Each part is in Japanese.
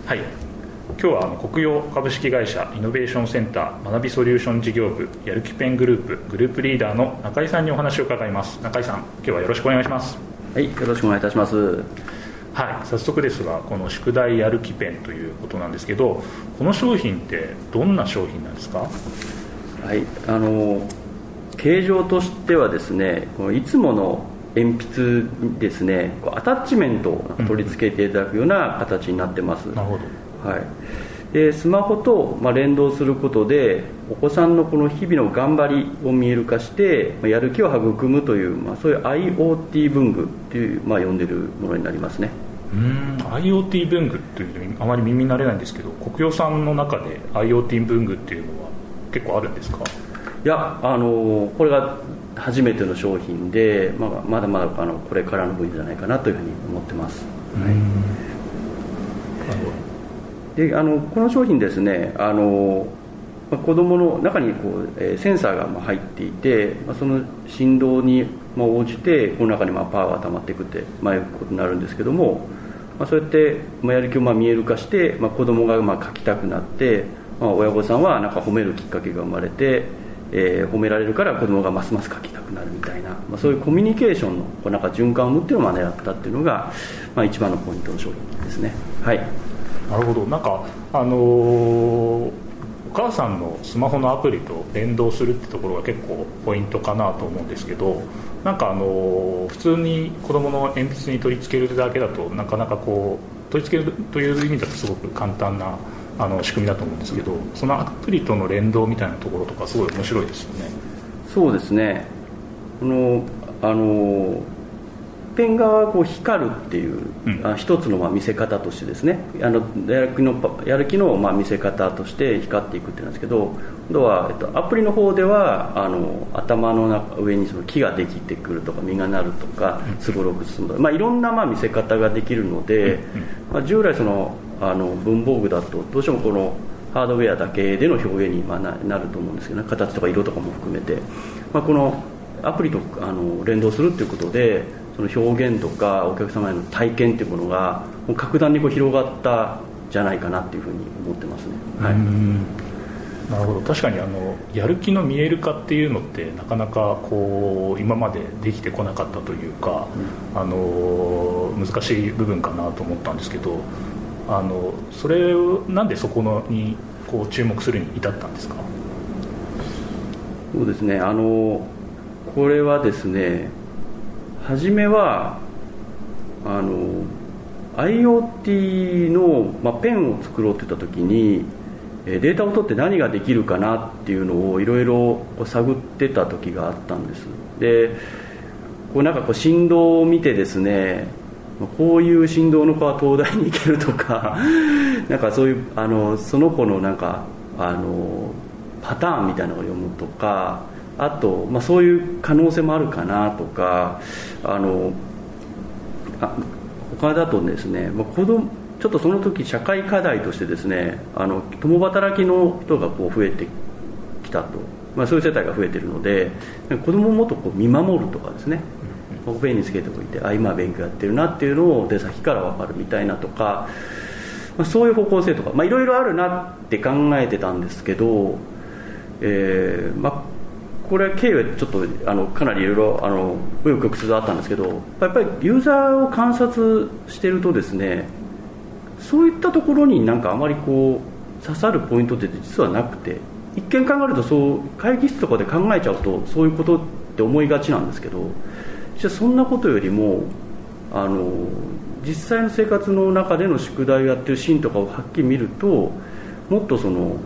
はい、今日は国用株式会社イノベーションセンター学びソリューション事業部やる気ペングループリーダーの中井さんにお話を伺います。中井さん、今日はよろしくお願いします。 はい、よろしくお願いいたします。 はい、早速ですが、この宿題やる気ペンということなんですけど、この商品ってどんな商品なんですか？ はい、形状としてはですね、いつもの鉛筆ですね、アタッチメントを取り付けていただくような形になってます。 なるほど。 はい、でスマホと連動することでお子さんのこの日々の頑張りを見える化してやる気を育むという、そういう IoT 文具という、呼んでるものになりますね。 IoT 文具というのあまり耳慣れないんですけど、国用さんの中で IoT 文具っていうのは結構あるんですか？ いや、これが初めての商品で、まだまだこれからの分野じゃないかなというふうに思ってます。はい、でこの商品ですね、子どもの中にセンサーが入っていて、その振動に応じてこの中にパワーが溜まっていくっていうことになるんですけども、そうやってやる気を見える化して、子どもが書きたくなって、親御さんは褒めるきっかけが生まれて、褒められるから子どもがますます書きたくなるみたいな、そういうコミュニケーションの循環を生むっていうのを狙ったっていうのが、一番のポイントの商品ですね。はい、 なるほど。お母さんのスマホのアプリと連動するってところが結構ポイントかなと思うんですけど、普通に子どもの鉛筆に取り付けるだけだとなかなか取り付けるという意味だとすごく簡単な仕組みだと思うんですけど、そのアプリとの連動みたいなところとかすごい面白いですよね。 そうですね。ペン側は光るっていう、一つの見せ方としてですね、やる気の見せ方として光っていくっていうんですけど、今度は、アプリの方では頭の上にその木ができてくるとか実がなるとかすごろく進むとか、いろんな見せ方ができるので、従来文房具だとどうしてもこのハードウェアだけでの表現になると思うんですけどね、形とか色とかも含めて、このアプリと連動するということで、その表現とかお客様への体験というものが格段に広がったじゃないかなというふうに思ってますね。はい、 なるほど。確かにやる気の見える化っていうのってなかなか今までできてこなかったというか、難しい部分かなと思ったんですけど、それをなんでそこに注目するに至ったんですか？ そうですね、これはですね、初めはIoT の、ペンを作ろうといった時にデータを取って何ができるかなっていうのをいろいろ探ってた時があったんです。で振動を見てですね、こういう振動の子は東大に行けるとかそういうその子のパターンみたいなのを読むとか、あと、そういう可能性もあるかなとか、他だとですね、ちょっとその時社会課題としてですね、共働きの人が増えてきたと、そういう世帯が増えているので、子供をもっと見守るとかですね、ペンにつけておいて、今勉強やってるなっていうのを出先から分かるみたいなとか、そういう方向性とかいろいろあるなって考えてたんですけど、これは経緯はちょっとかなりいろいろ紆余曲折あったんですけど、やっぱりユーザーを観察してるとですね、そういったところにあまり刺さるポイントって実はなくて、一見考えると会議室とかで考えちゃうとそういうことって思いがちなんですけど、実はそんなことよりも実際の生活の中での宿題をやってるシーンとかをはっきり見ると、もっとお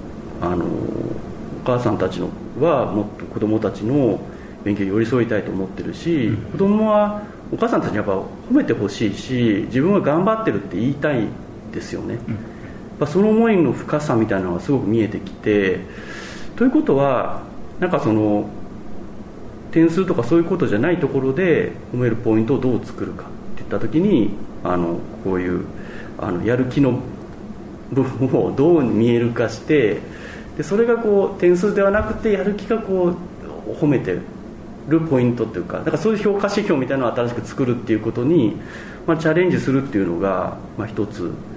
母さんたちはもっと子どもたちの勉強に寄り添いたいと思ってるし、子どもはお母さんたちにやっぱ褒めてほしいし、自分は頑張ってるって言いたいですよね。その思いの深さみたいなのがすごく見えてきて、ということは点数とかそういうことじゃないところで褒めるポイントをどう作るかっていった時に、こういうやる気の部分をどう見える化して、でそれが点数ではなくてやる気が褒めてるポイントっていうか、そういう評価指標みたいなのを新しく作るっていうことに、チャレンジするっていうのが、一つ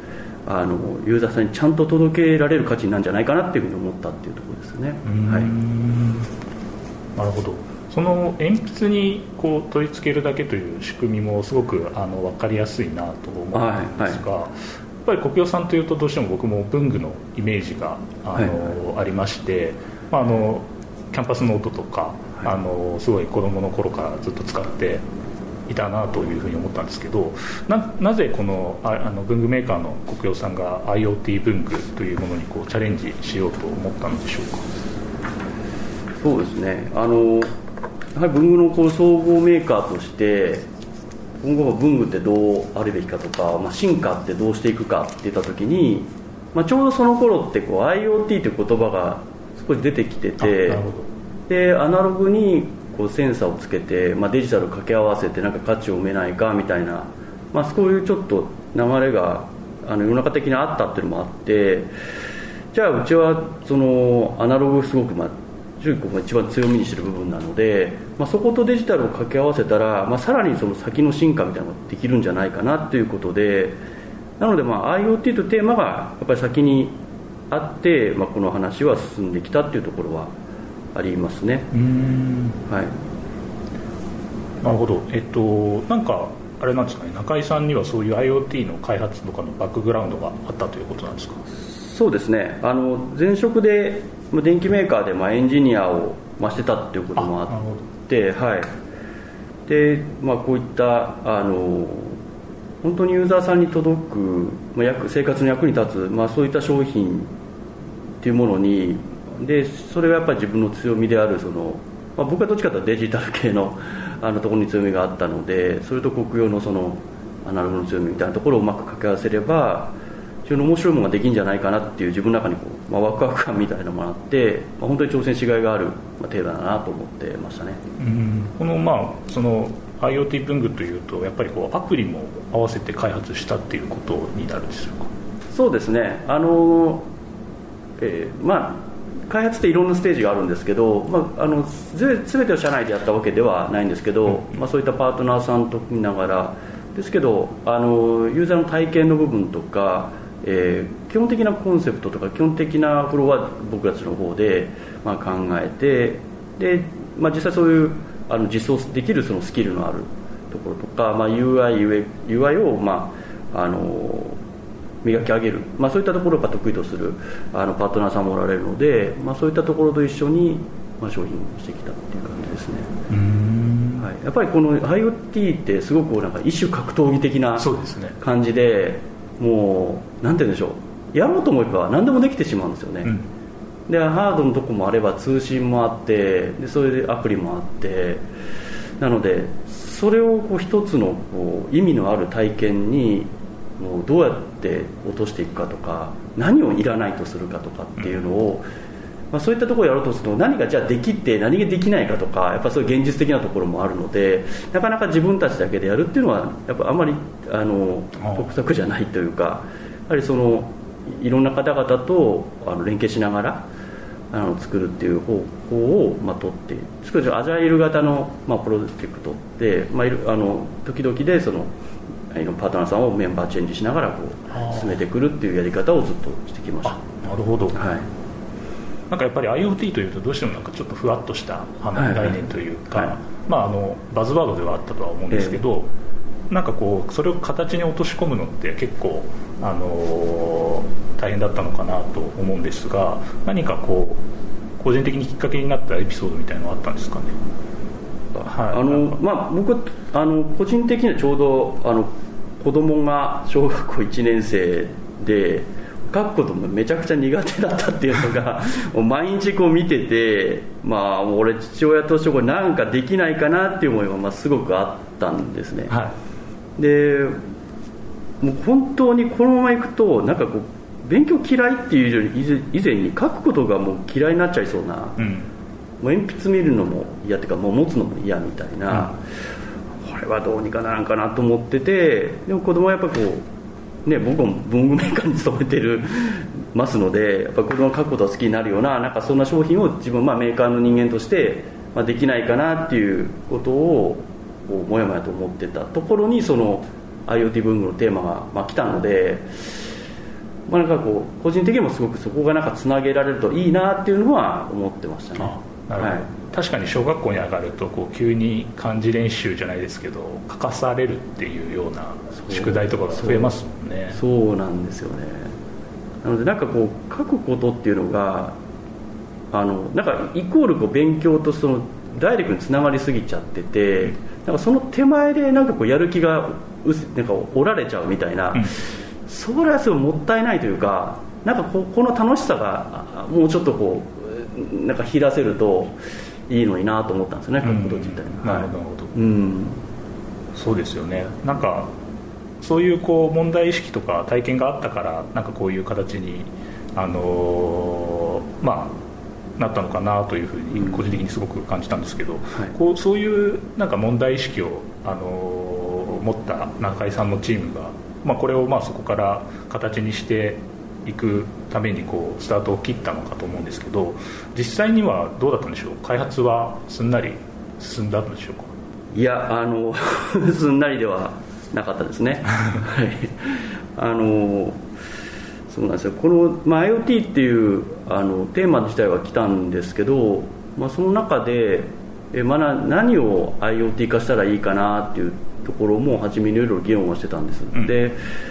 ユーザーさんにちゃんと届けられる価値なんじゃないかなっていうふうに思ったっていうところですね。はい、 なるほど。その鉛筆にこう取り付けるだけという仕組みもすごく分かりやすいなと思うんですが、やっぱり国用さんというとどうしても僕も文具のイメージがありまして、キャンパスノートとか、すごい子どもの頃からずっと使っていたなというふうに思ったんですけど、なぜこの文具メーカーの国用さんが IoT 文具というものにこうチャレンジしようと思ったのでしょうか。 そうですね、やはり文具のこう総合メーカーとして今後は文具ってどうあるべきかとか、進化ってどうしていくかっていった時に、ちょうどその頃ってこう IoT という言葉が少し出てきてて、でアナログにこうセンサーをつけて、デジタルを掛け合わせてなんか価値を埋めないかみたいな、そういうちょっと流れが世の中的にあったっていうのもあって、じゃあうちはそのアナログすごく中国が一番強みにしている部分なので、そことデジタルを掛け合わせたら、さらにその先の進化みたいなのができるんじゃないかなということで、なのでIoT というテーマがやっぱり先にあって、この話は進んできたというところはありますね。はい、 なるほど。なんかあれなんですかね、中井さんにはそういう IoT の開発とかのバックグラウンドがあったということなんですか。 そうですね、前職で電機メーカーでエンジニアをしてたっていうこともあって、はい、でこういった本当にユーザーさんに届く、生活の役に立つ、そういった商品っていうものにで、それがやっぱり自分の強みである僕はどっちかというとデジタル系のところに強みがあったので、それと国用のアナログの強みみたいなところをうまく掛け合わせれば非常に面白いものができるんじゃないかなっていう自分の中にワクワク感みたいなのもあって、本当に挑戦しがいがあるテーマだなと思ってましたね。 このその IoT 文具というとやっぱりアプリも合わせて開発したっていうことになるんでしょうか。 そうですね、開発っていろんなステージがあるんですけど、全てを社内でやったわけではないんですけど、そういったパートナーさんと見ながらですけど、ユーザーの体験の部分とか、基本的なコンセプトとか基本的なフローは僕たちの方で考えて、で、実際そういう実装できるそのスキルのあるところとか、UI を磨き上げる、そういったところが得意とするパートナーさんもおられるので、そういったところと一緒に商品をしてきたっていう感じですね。はい、やっぱりこの IoT ってすごく一種格闘技的な感じで、もうなんて言うんでしょう、やろうと思えば何でもできてしまうんですよね。でハードのとこもあれば通信もあって、でそれでアプリもあって、なのでそれを一つの意味のある体験にもうどうやって落としていくかとか、何をいらないとするかとかっていうのを、そういったところをやろうとすると、何がじゃあできて何ができないかとか、やっぱそういう現実的なところもあるので、なかなか自分たちだけでやるっていうのはやっぱあんまり得策じゃないというか、やはりいろんな方々と連携しながら作るっていう方法を取って少しアジャイル型のプロジェクトで、時々でパートナーさんをメンバーチェンジしながら進めてくるっていうやり方をずっとしてきました。 なるほど。 はい、 なんかやっぱり IoT というとどうしてもちょっとふわっとした概念というか、バズワードではあったとは思うんですけど、なんかそれを形に落とし込むのって結構大変だったのかなと思うんですが、何か個人的にきっかけになったエピソードみたいなのはあったんですかね。 僕個人的にはちょうど子供が小学校1年生で書くこともめちゃくちゃ苦手だったっていうのが毎日見てて、俺父親としてこれなんかできないかなっていう思いがすごくあったんですね。でもう本当にこのままいくと勉強嫌いっていう以前に書くことがもう嫌いになっちゃいそうな、もう鉛筆見るのも嫌っていうか、もう持つのも嫌みたいな、これはどうにかならんかなと思ってて、でも子供はやっぱ僕も文具メーカーに勤めてますので、やっぱ子供が書くことが好きになるような、そんな商品を自分メーカーの人間としてできないかなっていうことをもやもやと思ってたところに、その IoT 文具のテーマが来たので、 なんかこう個人的にもすごくそこがなんかつなげられるといいなっていうのは思ってましたね。 なるほど、確かに小学校に上がるとこう急に漢字練習じゃないですけど書かされるっていうような宿題とかが増えますもんね。 そうなんですよね。なのでなんかこう書くことっていうのがなんかイコールこう勉強とそのダイレクトにつながりすぎちゃってて、なんかその手前でなんかこうやる気がなんか折られちゃうみたいな、それはすごいもったいないというか、なんかこの楽しさがもうちょっとこうなんか引き出せるといいのになと思ったんですよね、書くこと自体に。 なるほど、そうですよね。なんかそういうこう問題意識とか体験があったからなんかこういう形になったのかなというふうに個人的にすごく感じたんですけど、こうそういうなんか問題意識を持った中井さんのチームが、これをそこから形にしていくためにこうスタートを切ったのかと思うんですけど、実際にはどうだったんでしょう。開発はすんなり進んだんでしょうか。 いやすんなりではなかったですねはいそうなんですよ。この、IoT っていうテーマ自体は来たんですけど、その中で何を IoT 化したらいいかなっていうところも初めにいろいろ議論をしてたんです、で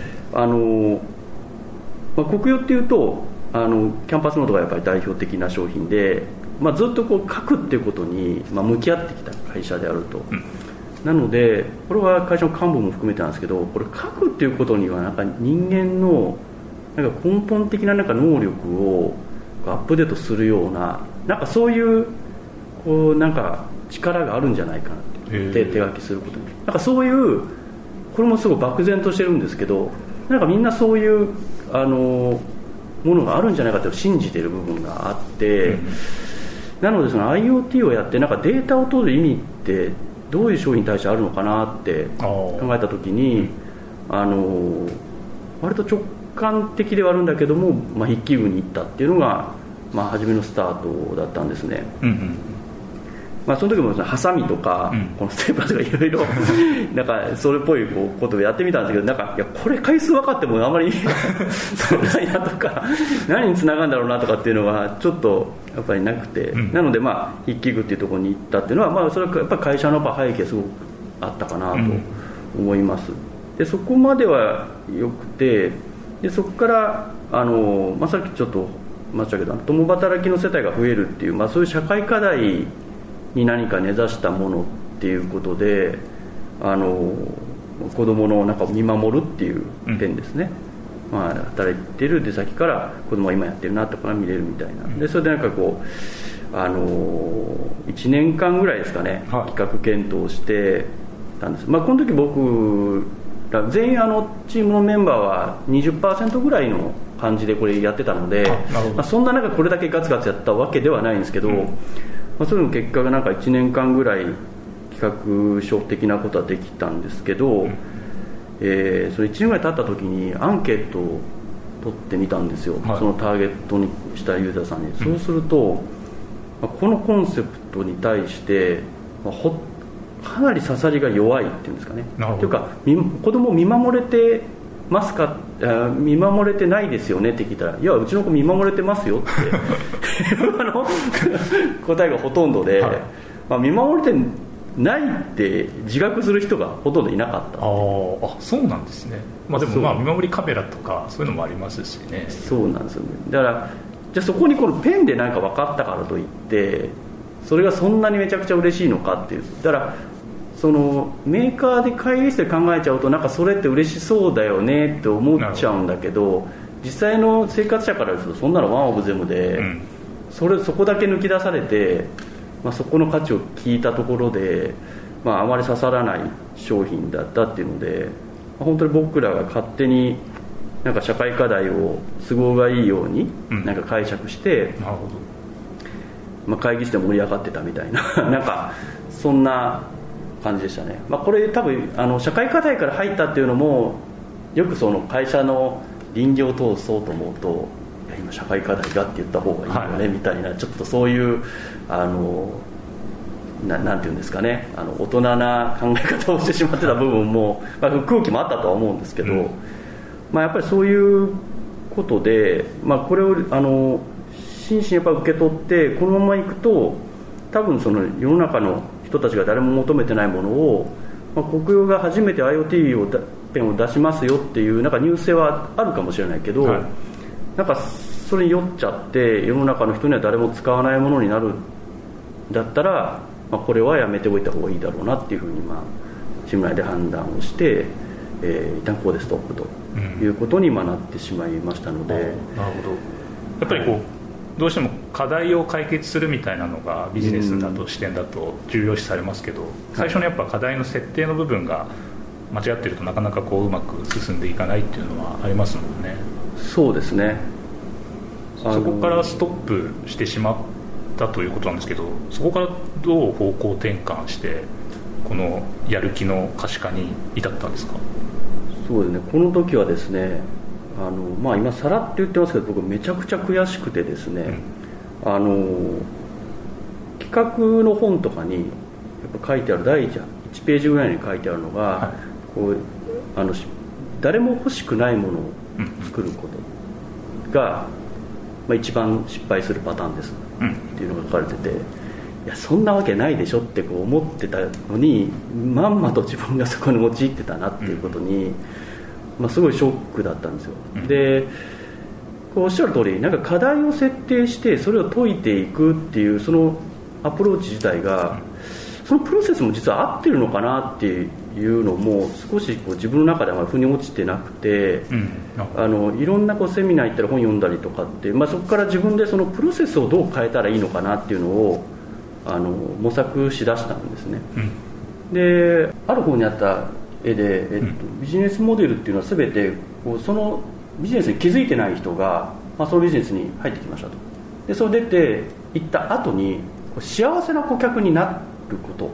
国用っていうとキャンパスノートがやっぱり代表的な商品で、ずっとこう書くっていうことに、向き合ってきた会社であると、なのでこれは会社の幹部も含めてなんですけど、これ書くっていうことにはなんか人間のなんか根本的ななんか能力をアップデートするような、なんかそういうこうなんか力があるんじゃないかなって手書きすることに、なんかそういうこれもすごい漠然としてるんですけど、なんかみんなそういうものがあるんじゃないかと信じている部分があって、なのでその IoT をやってなんかデータを取る意味ってどういう商品に対してあるのかなって考えたときに、割と直感的ではあるんだけども、筆記具に行ったっていうのが、初めのスタートだったんですね。その時もハサミとか、このステープラーとかいろいろなんかそれっぽいことをやってみたんですけど、なんかいやこれ回数分かってもあまりそうないなとか何につながるんだろうなとかっていうのがちょっとやっぱりなくて、なので筆記具っていうところに行ったっていうのは、それはやっぱり会社の背景すごくあったかなと思います。でそこまではよくて、でそこからさっきちょっと言いましたけど、共働きの世帯が増えるっていう、そういう社会課題に何か根ざしたものっていうことで、子供の中を見守るっていう点ですね、働いてる出先から子供が今やってるなとか見れるみたいな。でそれでなんかこう1年間ぐらいですかね、企画検討してたんです。この時僕ら全員チームのメンバーは 20% ぐらいの感じでこれやってたので、そんな中これだけガツガツやったわけではないんですけど、それの結果がなんか1年間ぐらい企画書的なことはできたんですけど、それ1年ぐらい経った時にアンケートを取ってみたんですよ、そのターゲットにしたユーザーさんに。そうすると、このコンセプトに対してかなり刺さりが弱いっていうんですかね。というか子供を見守れてますか、見守れてないですよねって聞いたら、いやうちの子見守れてますよって答えがほとんどで、見守れてないって自覚する人がほとんどいなかった。 そうなんですね。でも見守りカメラとかそういうのもありますしね。 そうなんですよね。だからじゃあそこにこのペンで何か分かったからといってそれがそんなにめちゃくちゃ嬉しいのかっていう、だからそのメーカーで会議室で考えちゃうとなんかそれって嬉しそうだよねって思っちゃうんだけど、実際の生活者からするとそんなのワンオブゼムで、そこだけ抜き出されて、そこの価値を聞いたところで、あまり刺さらない商品だったっていうので、本当に僕らが勝手になんか社会課題を都合がいいようになんか解釈して、会議室で盛り上がってたみたいななんかそんな感じでしたね。これ多分社会課題から入ったっていうのもよくその会社の倫理を通そうと思うと、今社会課題がって言った方がいいよねみたいな、ちょっとそういうなんていうんですかね、大人な考え方をしてしまってた部分も、空気もあったとは思うんですけど、やっぱりそういうことで、これを真摯にやっぱ受け取ってこのままいくと多分その世の中の人たちが誰も求めてないものを、国用が初めて IoT ペンを出しますよっていうなんかニュース性はあるかもしれないけど、なんかそれに酔っちゃって世の中の人には誰も使わないものになるんだったら、これはやめておいた方がいいだろうなっていうふうにチーム内で判断をして、一旦ここでストップということになってしまいましたので、 なるほど。やっぱりどうしても課題を解決するみたいなのがビジネスだと視点だと重要視されますけど、最初のやっぱ課題の設定の部分が間違ってるとなかなかうまく進んでいかないっていうのはありますもんね。 そうですね。 そこからストップしてしまったということなんですけど、そこからどう方向転換してこのやる気の可視化に至ったんですか？ そうですね、この時はですね、今さらって言ってますけど、僕めちゃくちゃ悔しくてですね、企画の本とかにやっぱ書いてある第1ページぐらいに書いてあるのが、誰も欲しくないものを作ることが、一番失敗するパターンですっていうのが書かれてて、いやそんなわけないでしょって思ってたのに、まんまと自分がそこに陥ってたなっていうことに、すごいショックだったんですよ。でおっしゃる通り、なんか課題を設定してそれを解いていくっていうそのアプローチ自体が、そのプロセスも実は合ってるのかなっていうのも少し自分の中では腑に落ちてなくて、いろんなセミナー行ったり本読んだりとかって、そこから自分でそのプロセスをどう変えたらいいのかなっていうのを模索しだしたんですね。である方にあった絵で、ビジネスモデルっていうのは全てそのビジネスに気づいてない人が、そのビジネスに入ってきましたと。でそれ出て行った後に幸せな顧客になること。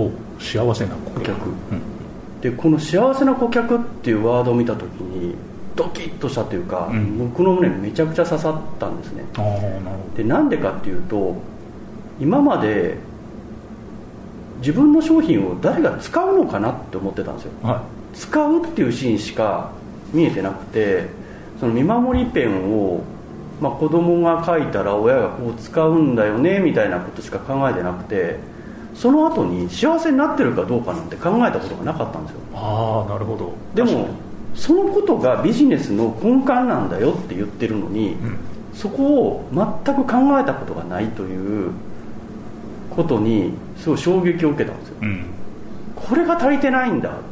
幸せな顧客、 でこの幸せな顧客っていうワードを見た時にドキッとしたというか、僕の胸にめちゃくちゃ刺さったんですね。でなんでかっていうと、今まで自分の商品を誰が使うのかなって思ってたんですよ、使うっていうシーンしか見えてなくて、その見守りペンを、子供が書いたら親がこう使うんだよねみたいなことしか考えてなくて、その後に幸せになってるかどうかなんて考えたことがなかったんですよ。 なるほど。 でもそのことがビジネスの根幹なんだよって言ってるのに、そこを全く考えたことがないということにすごい衝撃を受けたんですよ、これが足りてないんだと思って、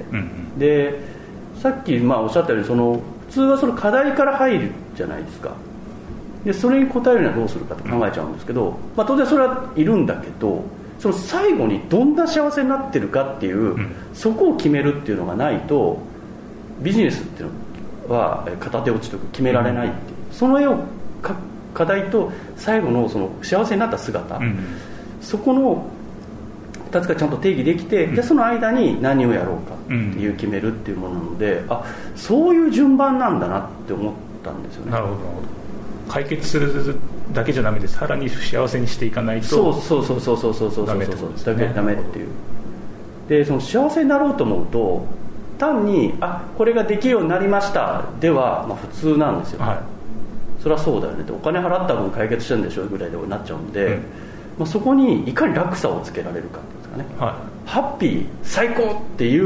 でさっきおっしゃったように普通はその課題から入るじゃないですか。でそれに応えるにはどうするかと考えちゃうんですけど、当然それはいるんだけど、その最後にどんな幸せになってるかっていう、そこを決めるっていうのがないとビジネスっていうのは片手落ちとか決められないっていう、その絵を課題と最後のその幸せになった姿、そこの2つがちゃんと定義できて、でその間に何をやろうかっていう決めるっていうものなので、そういう順番なんだなって思ったんですよね。 なるほど。解決するだけじゃダメで、さらに幸せにしていかないとダメってことですね。 ダメっていう。でその幸せになろうと思うと、単にこれができるようになりましたでは、普通なんですよ、そりゃそうだよねって、お金払った分解決してるんでしょぐらいでなっちゃうんで、そこにいかに落差をつけられるかっていうんですかね、ハッピー最高っていう、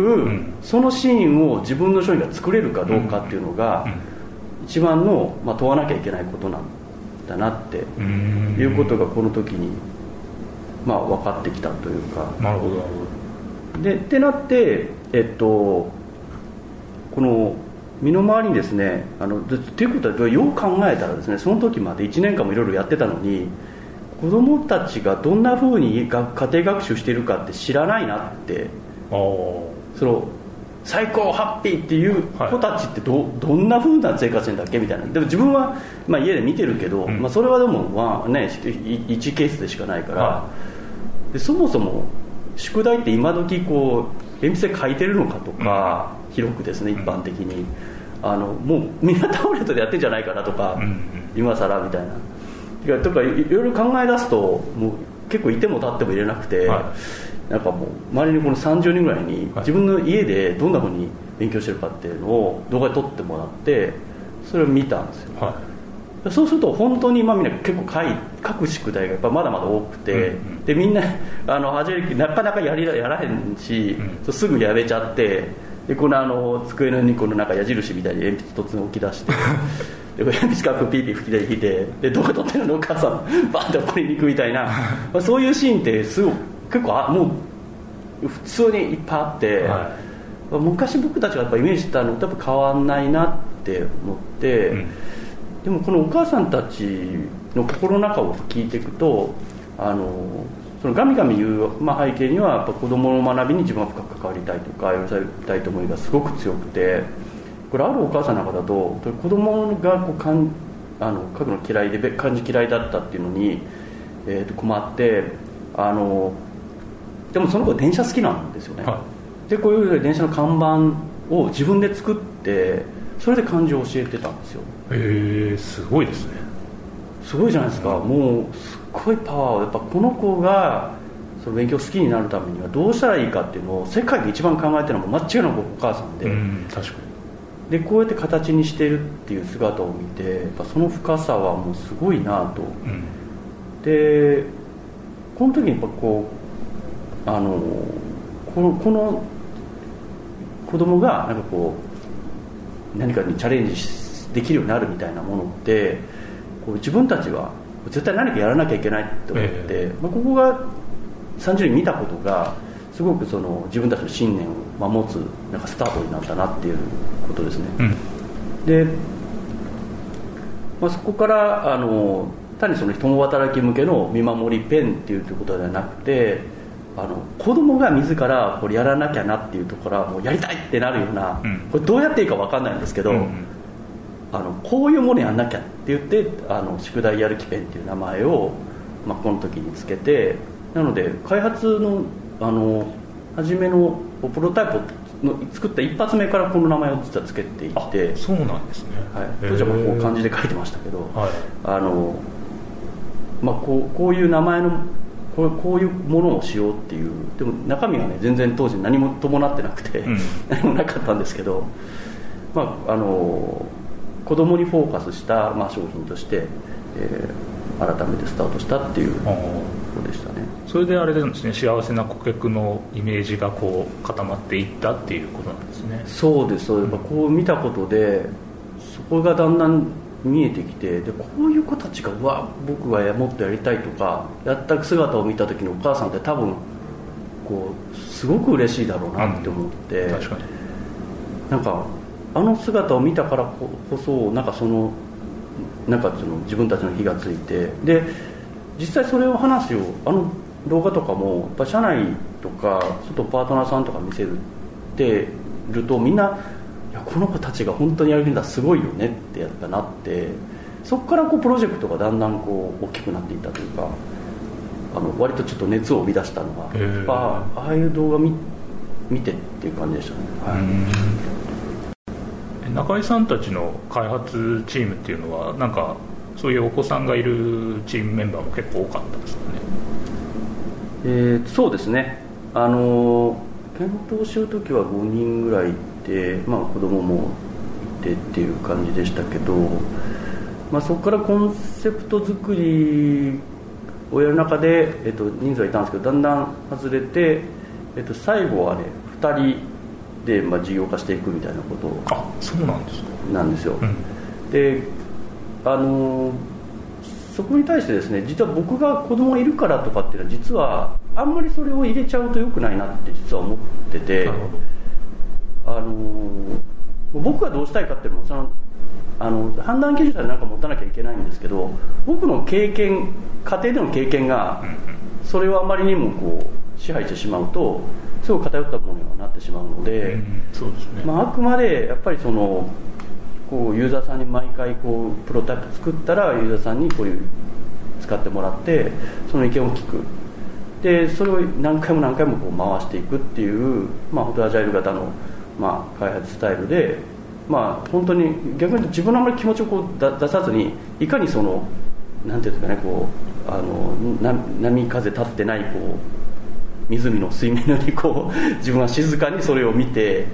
そのシーンを自分の商品が作れるかどうかっていうのが、一番の、問わなきゃいけないことなんだなっていうことがこの時に、分かってきたというか。 なるほど。 でってなって、この身の回りにですね、ということはよく考えたらですね、その時まで1年間もいろいろやってたのに、子どもたちがどんな風に家庭学習しているかって知らないなって。その最高ハッピーっていう子たちってどんな風な生活してんだっけみたいな。でも自分は、家で見てるけど、それはでも、1ケースでしかないから、でそもそも宿題って今時鉛筆で書いてるのかとか、広くですね一般的にもうみんなタブレットでやってんじゃないかなとか、今更みたいなとかいろいろ考え出すと、もう結構いても立っても入れなくて、なんかもう周りにこの30人ぐらいに自分の家でどんな風に勉強してるかっていうのを動画で撮ってもらって、 それを見たんですよ、 はい、 そうすると本当にみんな結構書く宿題がやっぱまだまだ多くて、でみんな初めなかなかやらへんし、すぐやめちゃって、でこの机のにこのなんか矢印みたいに鉛筆突然置き出してで鉛筆からピーピー吹き出てきて、で動画撮ってるのお母さんバーンと怒りに行くみたいなそういうシーンってすごい結構もう普通にいっぱいあって、はい、昔僕たちがやっぱイメージしたのとやっぱ変わんないなって思って、でもこのお母さんたちの心の中を聞いていくとそのガミガミ言う、背景にはやっぱ子供の学びに自分は深く関わりたいとか許されたいと思いがすごく強くて、これあるお母さんの中だと子供が書くの嫌いで漢字嫌いだったっていうのに、困ってでもその子電車好きなんですよね、はい、でこういう電車の看板を自分で作ってそれで漢字を教えてたんですよ。 すごいですね。 すごいじゃないですか、もうすっごいパワーをやっぱこの子がその勉強好きになるためにはどうしたらいいかっていうのを世界で一番考えてるのは間違いなくお母さんで、 確かにでこうやって形にしてるっていう姿を見てやっぱその深さはもうすごいなと、でこの時にやっぱこの子供がなんか何かにチャレンジできるようになるみたいなものって自分たちは絶対何かやらなきゃいけないと思って、ここが30人見たことがすごくその自分たちの信念を持つなんかスタートになったなっていうことですね、で、そこから単にその共働き向けの見守りペンっていうことではなくて子供が自らこれやらなきゃなっていうところからもうやりたいってなるような、これどうやっていいか分かんないんですけど、こういうものやんなきゃって言って宿題やる気ペンっていう名前を、この時につけて、なので開発の初めのプロタイプの作った一発目からこの名前を実はつけていて、 そうなんですね、 はい、当時はこう漢字で書いてましたけど、 はい、 こういう名前のこういうものをしようっていう、でも中身はね全然当時何も伴ってなくて、何もなかったんですけど、子供にフォーカスした、商品として、改めてスタートしたっていうことでしたね。 それであれですね、幸せな顧客のイメージが固まっていったっていうことなんですね。 そうです。こう見たことでそこがだんだん見えてきて、でこういう子たちが僕はもっとやりたいとかやった姿を見た時にお母さんって多分すごく嬉しいだろうなって思って、 確かになんか姿を見たからこそなんかその自分たちの火がついて、で実際それを話を動画とかもやっぱ社内とか外パートナーさんとか見せてるとみんな、いやこの子たちが本当にやるんだすごいよねってやっぱなって、そこからプロジェクトがだんだん大きくなっていったというか、割とちょっと熱を帯び出したのがやっぱああいう動画見てっていう感じでしたね、 中井さんたちの開発チームっていうのはなんかそういうお子さんがいるチームメンバーも結構多かったですかね。 そうですね、検討してる時は5人ぐらいいて、子供もいてっていう感じでしたけど、そこからコンセプト作りをやる中で、人数はいたんですけどだんだん外れて、最後はね2人で事業化していくみたいなことをそうなんですか。 なんですよ、でそこに対してですね、実は僕が子供がいるからとかっていうのは実はあんまりそれを入れちゃうと良くないなって実は思ってて、僕がどうしたいかっていうのも判断基準さえなんか持たなきゃいけないんですけど、僕の経験、家庭での経験がそれをあまりにも支配してしまうとすごい偏ったものにはなってしまうので、 そうですね、 あくまでやっぱりユーザーさんに毎回プロタイプ作ったらユーザーさんにこういう使ってもらってその意見を聞く、でそれを何回も何回も回していくっていう、本当アジャイル型の、開発スタイルで、本当に逆に言うと自分のあまり気持ちを出さずにいかになんていうんですかね、波風立ってない湖の水面のように自分は静かにそれを見て、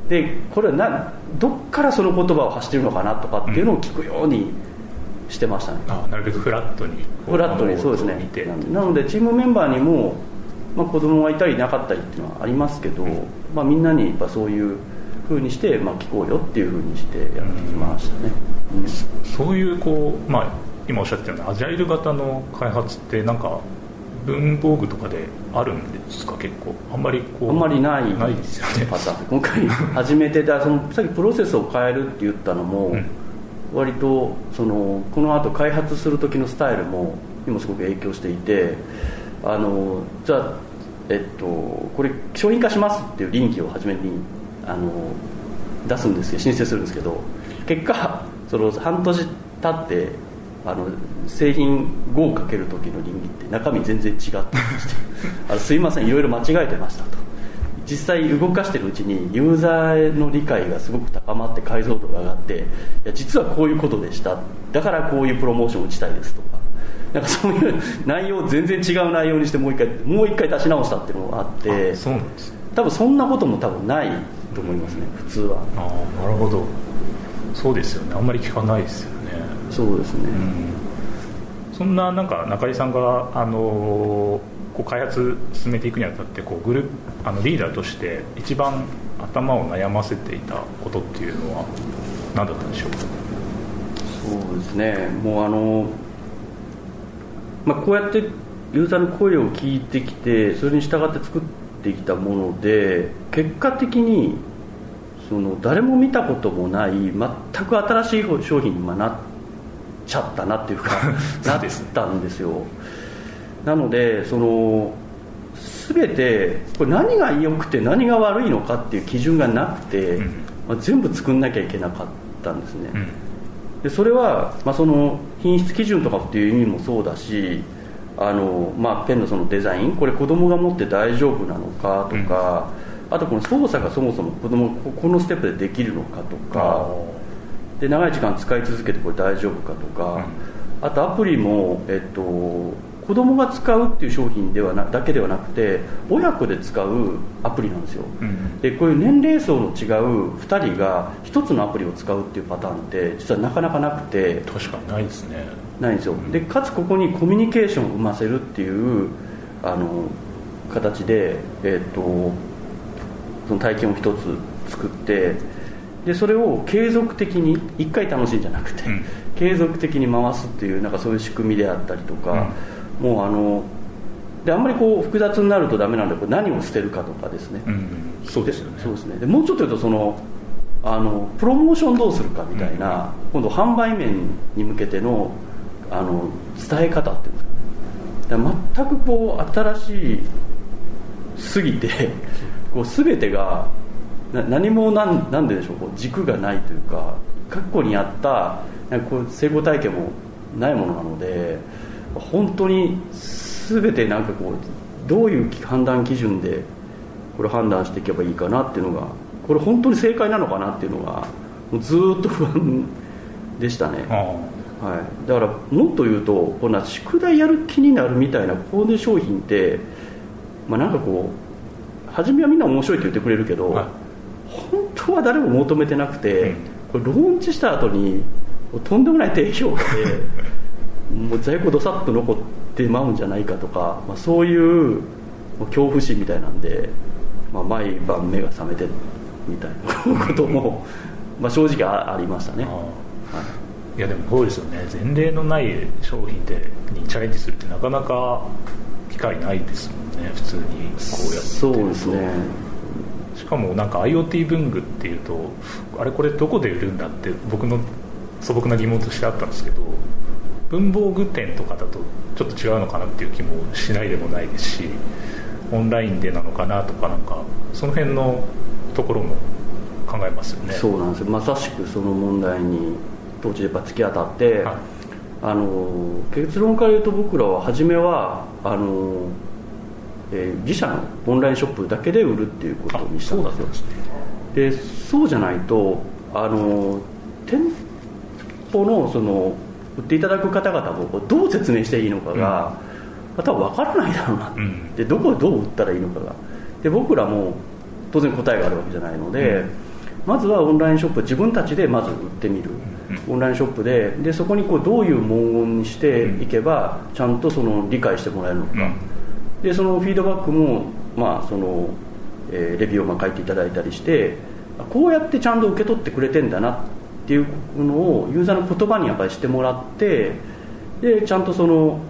でこれはどっからその言葉を発しているのかなとかっていうのを聞くようにしてましたね、 なるべくフラットにそうですね。なのでチームメンバーにも、子供がいたりいなかったりっていうのはありますけど、みんなにやっぱそういう風にして、聞こうよっていう風にしてやってきましたね、 そういう今おっしゃったようなアジャイル型の開発ってなんか文房具とかであるんですか？結構あんまりないですよね。 パターン今回初めてださっきプロセスを変えるって言ったのも、割とこの後開発する時のスタイルにもすごく影響していて、じゃあ、これ商品化しますっていう臨機を初めに出すんですけど、申請するんですけど、結果半年経って製品5をかける時の臨機って中身全然違ってましてすいません、いろいろ間違えてましたと。実際動かしてるうちにユーザーの理解がすごく高まって解像度が上がって、いや実はこういうことでした、だからこういうプロモーションを打ちたいですとか、なんかそういう内容を全然違う内容にしてもう一回出し直したっていうのがあって、 そうなんです。 多分そんなことも多分ないと思いますね、普通は。 なるほど。そうですよね、あんまり聞かないですよね。 そうですね、 そんな中井さんが開発進めていくにあたってリーダーとして一番頭を悩ませていたことっていうのは何だったんでしょうか？ そうですね、もうこうやってユーザーの声を聞いてきて、それに従って作ってきたもので、結果的に誰も見たこともない全く新しい商品になっちゃったなっていうかなったんですよ。なので全てこれ何が良くて何が悪いのかっていう基準がなくて、全部作んなきゃいけなかったんですね、でそれは、品質基準とかっていう意味もそうだし、ペンのデザイン、これ子供が持って大丈夫なのかとか、あとこの操作がそもそも子供このステップでできるのかとかで、長い時間使い続けてこれ大丈夫かとか、あとアプリも、子供が使うっていう商品だけではなくて親子で使うアプリなんですよ、でこういう年齢層の違う2人が1つのアプリを使うっていうパターンって実はなかなかなくて、 確かにないですね。 ないんですよ。でかつここにコミュニケーションを生ませるっていう形で、その体験を1つ作って、でそれを継続的に1回楽しいんじゃなくて、継続的に回すっていうそういう仕組みであったりとか、もうであんまり複雑になるとダメなので、何を捨てるかとかですね、 そうですよね。 そうですね。でもうちょっと言うとプロモーションどうするかみたいな、今度販売面に向けての伝え方っていうんですかね、全く新しいすぎて全てが何もなんででしょう、軸がないというか、過去にあった成功体験もないものなので、本当に全てどういう判断基準でこれ判断していけばいいかなっていうのが、これ本当に正解なのかなっていうのがもうずっと不安でしたね。はい、だからもっと言うと、こんな宿題やる気になるみたいなこういう商品って、初めはみんな面白いって言ってくれるけど、本当は誰も求めてなくて、これローンチした後にとんでもない低評価でもう在庫どさっと残ってまうんじゃないかとか、そういう恐怖心みたいなんで、毎晩目が覚めてみたいなことも正直ありましたね。 いやでもそうですよね、前例のない商品にチャレンジするってなかなか機会ないですもんね、普通にこうやってると。 そうですね。 しかもIoT 文具っていうと、あれこれどこで売るんだって僕の素朴な疑問としてあったんですけど、文房具店とかだとちょっと違うのかなっていう気もしないでもないですし、オンラインでなのかなとか、その辺のところも考えますよね。 そうなんですよ。まさしくその問題に当時やっぱ突き当たって、結論から言うと、僕らは初めは自社のオンラインショップだけで売るっていうことにしたんですよ。でそうじゃないと店舗の売っていただく方々をどう説明していいのかが、多分分からないだろうな、でどこをどう売ったらいいのかが、で僕らも当然答えがあるわけじゃないので、 まずはオンラインショップ自分たちでまず売ってみる、オンラインショップでそこにどういう文言にしていけばちゃんと理解してもらえるのか、でそのフィードバックも、レビューを書いていただいたりして、こうやってちゃんと受け取ってくれてんだなっていうのをユーザーの言葉にやっぱりしてもらって、でちゃんと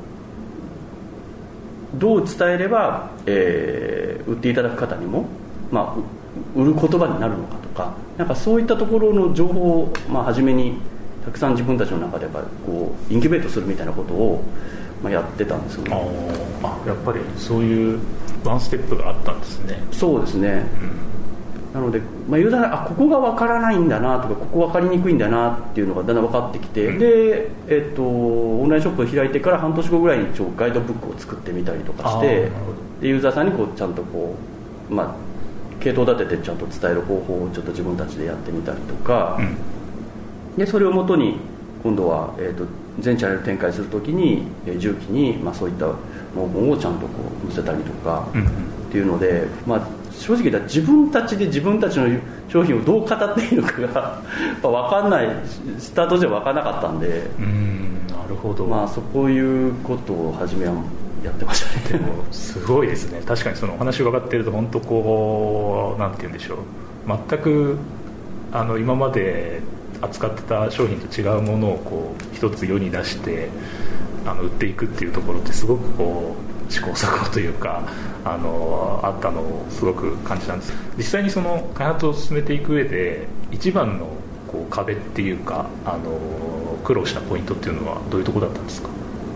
どう伝えれば、売っていただく方にも、売る言葉になるのかとか、なんかそういったところの情報を、初めにたくさん自分たちの中でやっぱりインキュベートするみたいなことを、やってたんですよね。 やっぱりそういうワンステップがあったんですね。 そうですね、なので、ユーザーがここが分からないんだなとか、ここ分かりにくいんだなっていうのがだんだん分かってきて、で、オンラインショップを開いてから半年後ぐらいにガイドブックを作ってみたりとかして、でユーザーさんにちゃんと系統立ててちゃんと伝える方法をちょっと自分たちでやってみたりとか、でそれをもとに今度は、全チャンネル展開するときに重機に、そういった文言をちゃんと載せたりとかっていうので、正直言ったら自分たちで自分たちの商品をどう語っていいのかが分かんない、スタート時は分からなかったんで、 なるほど、 そういうことを初めはやってましたね。 でもすごいですね。確かにそのお話を伺っていると本当なんて言うんでしょう、全く今まで扱ってた商品と違うものを一つ世に出して売っていくっていうところってすごく試行錯誤というかあったのをすごく感じたんです。実際にその開発を進めていく上で一番の壁っていうか苦労したポイントっていうのはどういうところだったんですか？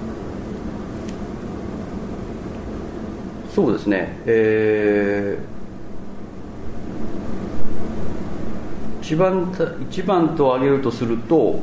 そうですね、一番と挙げるとすると、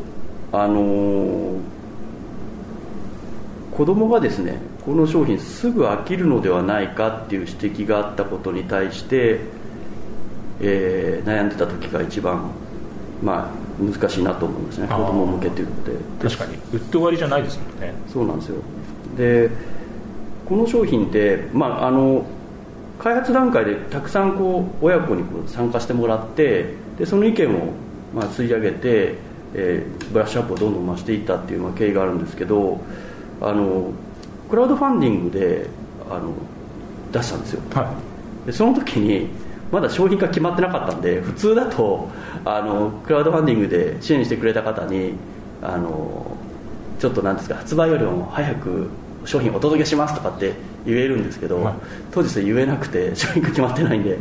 子供がですね、この商品すぐ飽きるのではないかっていう指摘があったことに対して、悩んでた時が一番、難しいなと思うんですね。子供向けということで。 確かに売って終わりじゃないですもんね。 そうなんですよ。でこの商品って、開発段階でたくさん親子に参加してもらって、でその意見を吸い上げて、ブラッシュアップをどんどん増していったっていう経緯があるんですけど、クラウドファンディングで出したんですよ、でその時にまだ商品化決まってなかったんで、普通だとクラウドファンディングで支援してくれた方にちょっとなんですか、発売よりも早く商品お届けしますとかって言えるんですけど、当時それ言えなくて商品が決まってないんで、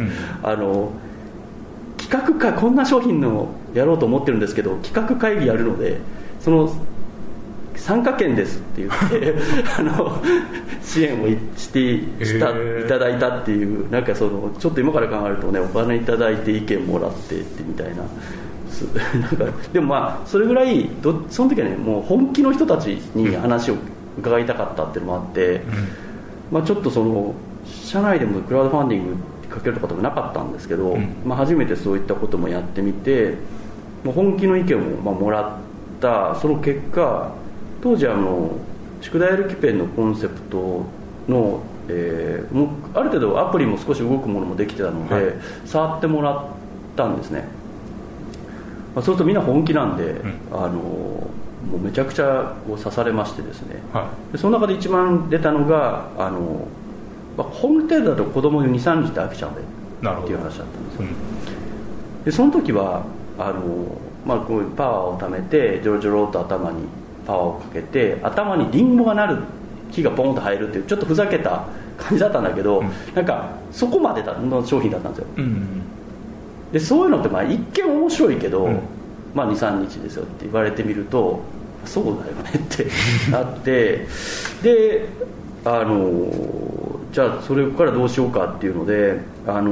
企画会、こんな商品のやろうと思ってるんですけど企画会議やるのでその参加券ですって言って支援をしていただいたっていう、なんかちょっと今から考えるとね、お金いただいて意見もらってってみたいななんかでもそれぐらいその時はね、もう本気の人たちに話を伺いたかったっていうのもあって、ちょっと社内でもクラウドファンディングかけることもなかったんですけど、初めてそういったこともやってみて、本気の意見をもらった。その結果、当時宿題歩きペンのコンセプトの、もうある程度アプリも少し動くものもできてたので、触ってもらったんですね。そうするとみんな本気なんで、もうめちゃくちゃ刺されましてですね、でその中で一番出たのがホーム程度だと子供に 2,3 日で飽きちゃうんでっていう話だったんですよ、でその時はこういうパワーをためてジョロジョロと頭にパワーをかけて、頭にリンゴがなる木がポンと生えるっていうちょっとふざけた感じだったんだけど、なんかそこまでの商品だったんですよ、でそういうのって一見面白いけど、2,3 日ですよって言われてみるとそうだよねってなってでじゃあそれからどうしようかっていうので、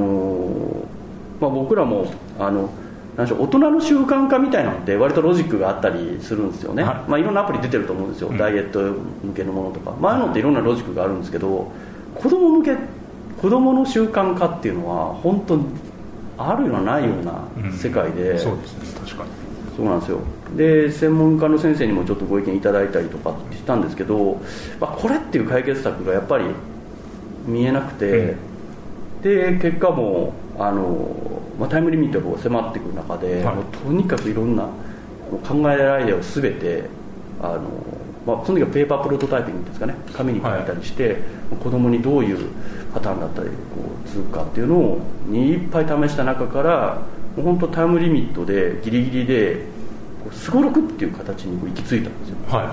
僕らも大人の習慣化みたいなのって割とロジックがあったりするんですよね、いろんなアプリ出てると思うんですよ、ダイエット向けのものとか、ああいうのっていろんなロジックがあるんですけど、子供の習慣化っていうのは本当にあるようなないような世界で、 そうですね、確かにそうなんですよ。で専門家の先生にもちょっとご意見いただいたりとかしたんですけど、これっていう解決策がやっぱり見えなくて、で結果もタイムリミットが迫ってくる中で、 はい、 もうとにかくいろんな考えられるアイデアを全てその時はペーパープロトタイピングですかね、紙に書いたりして、はい、子供にどういうパターンだったり続くかっていうのをいっぱい試した中から、本当タイムリミットでギリギリですごろくっていう形に行き着いたんですよ、はい、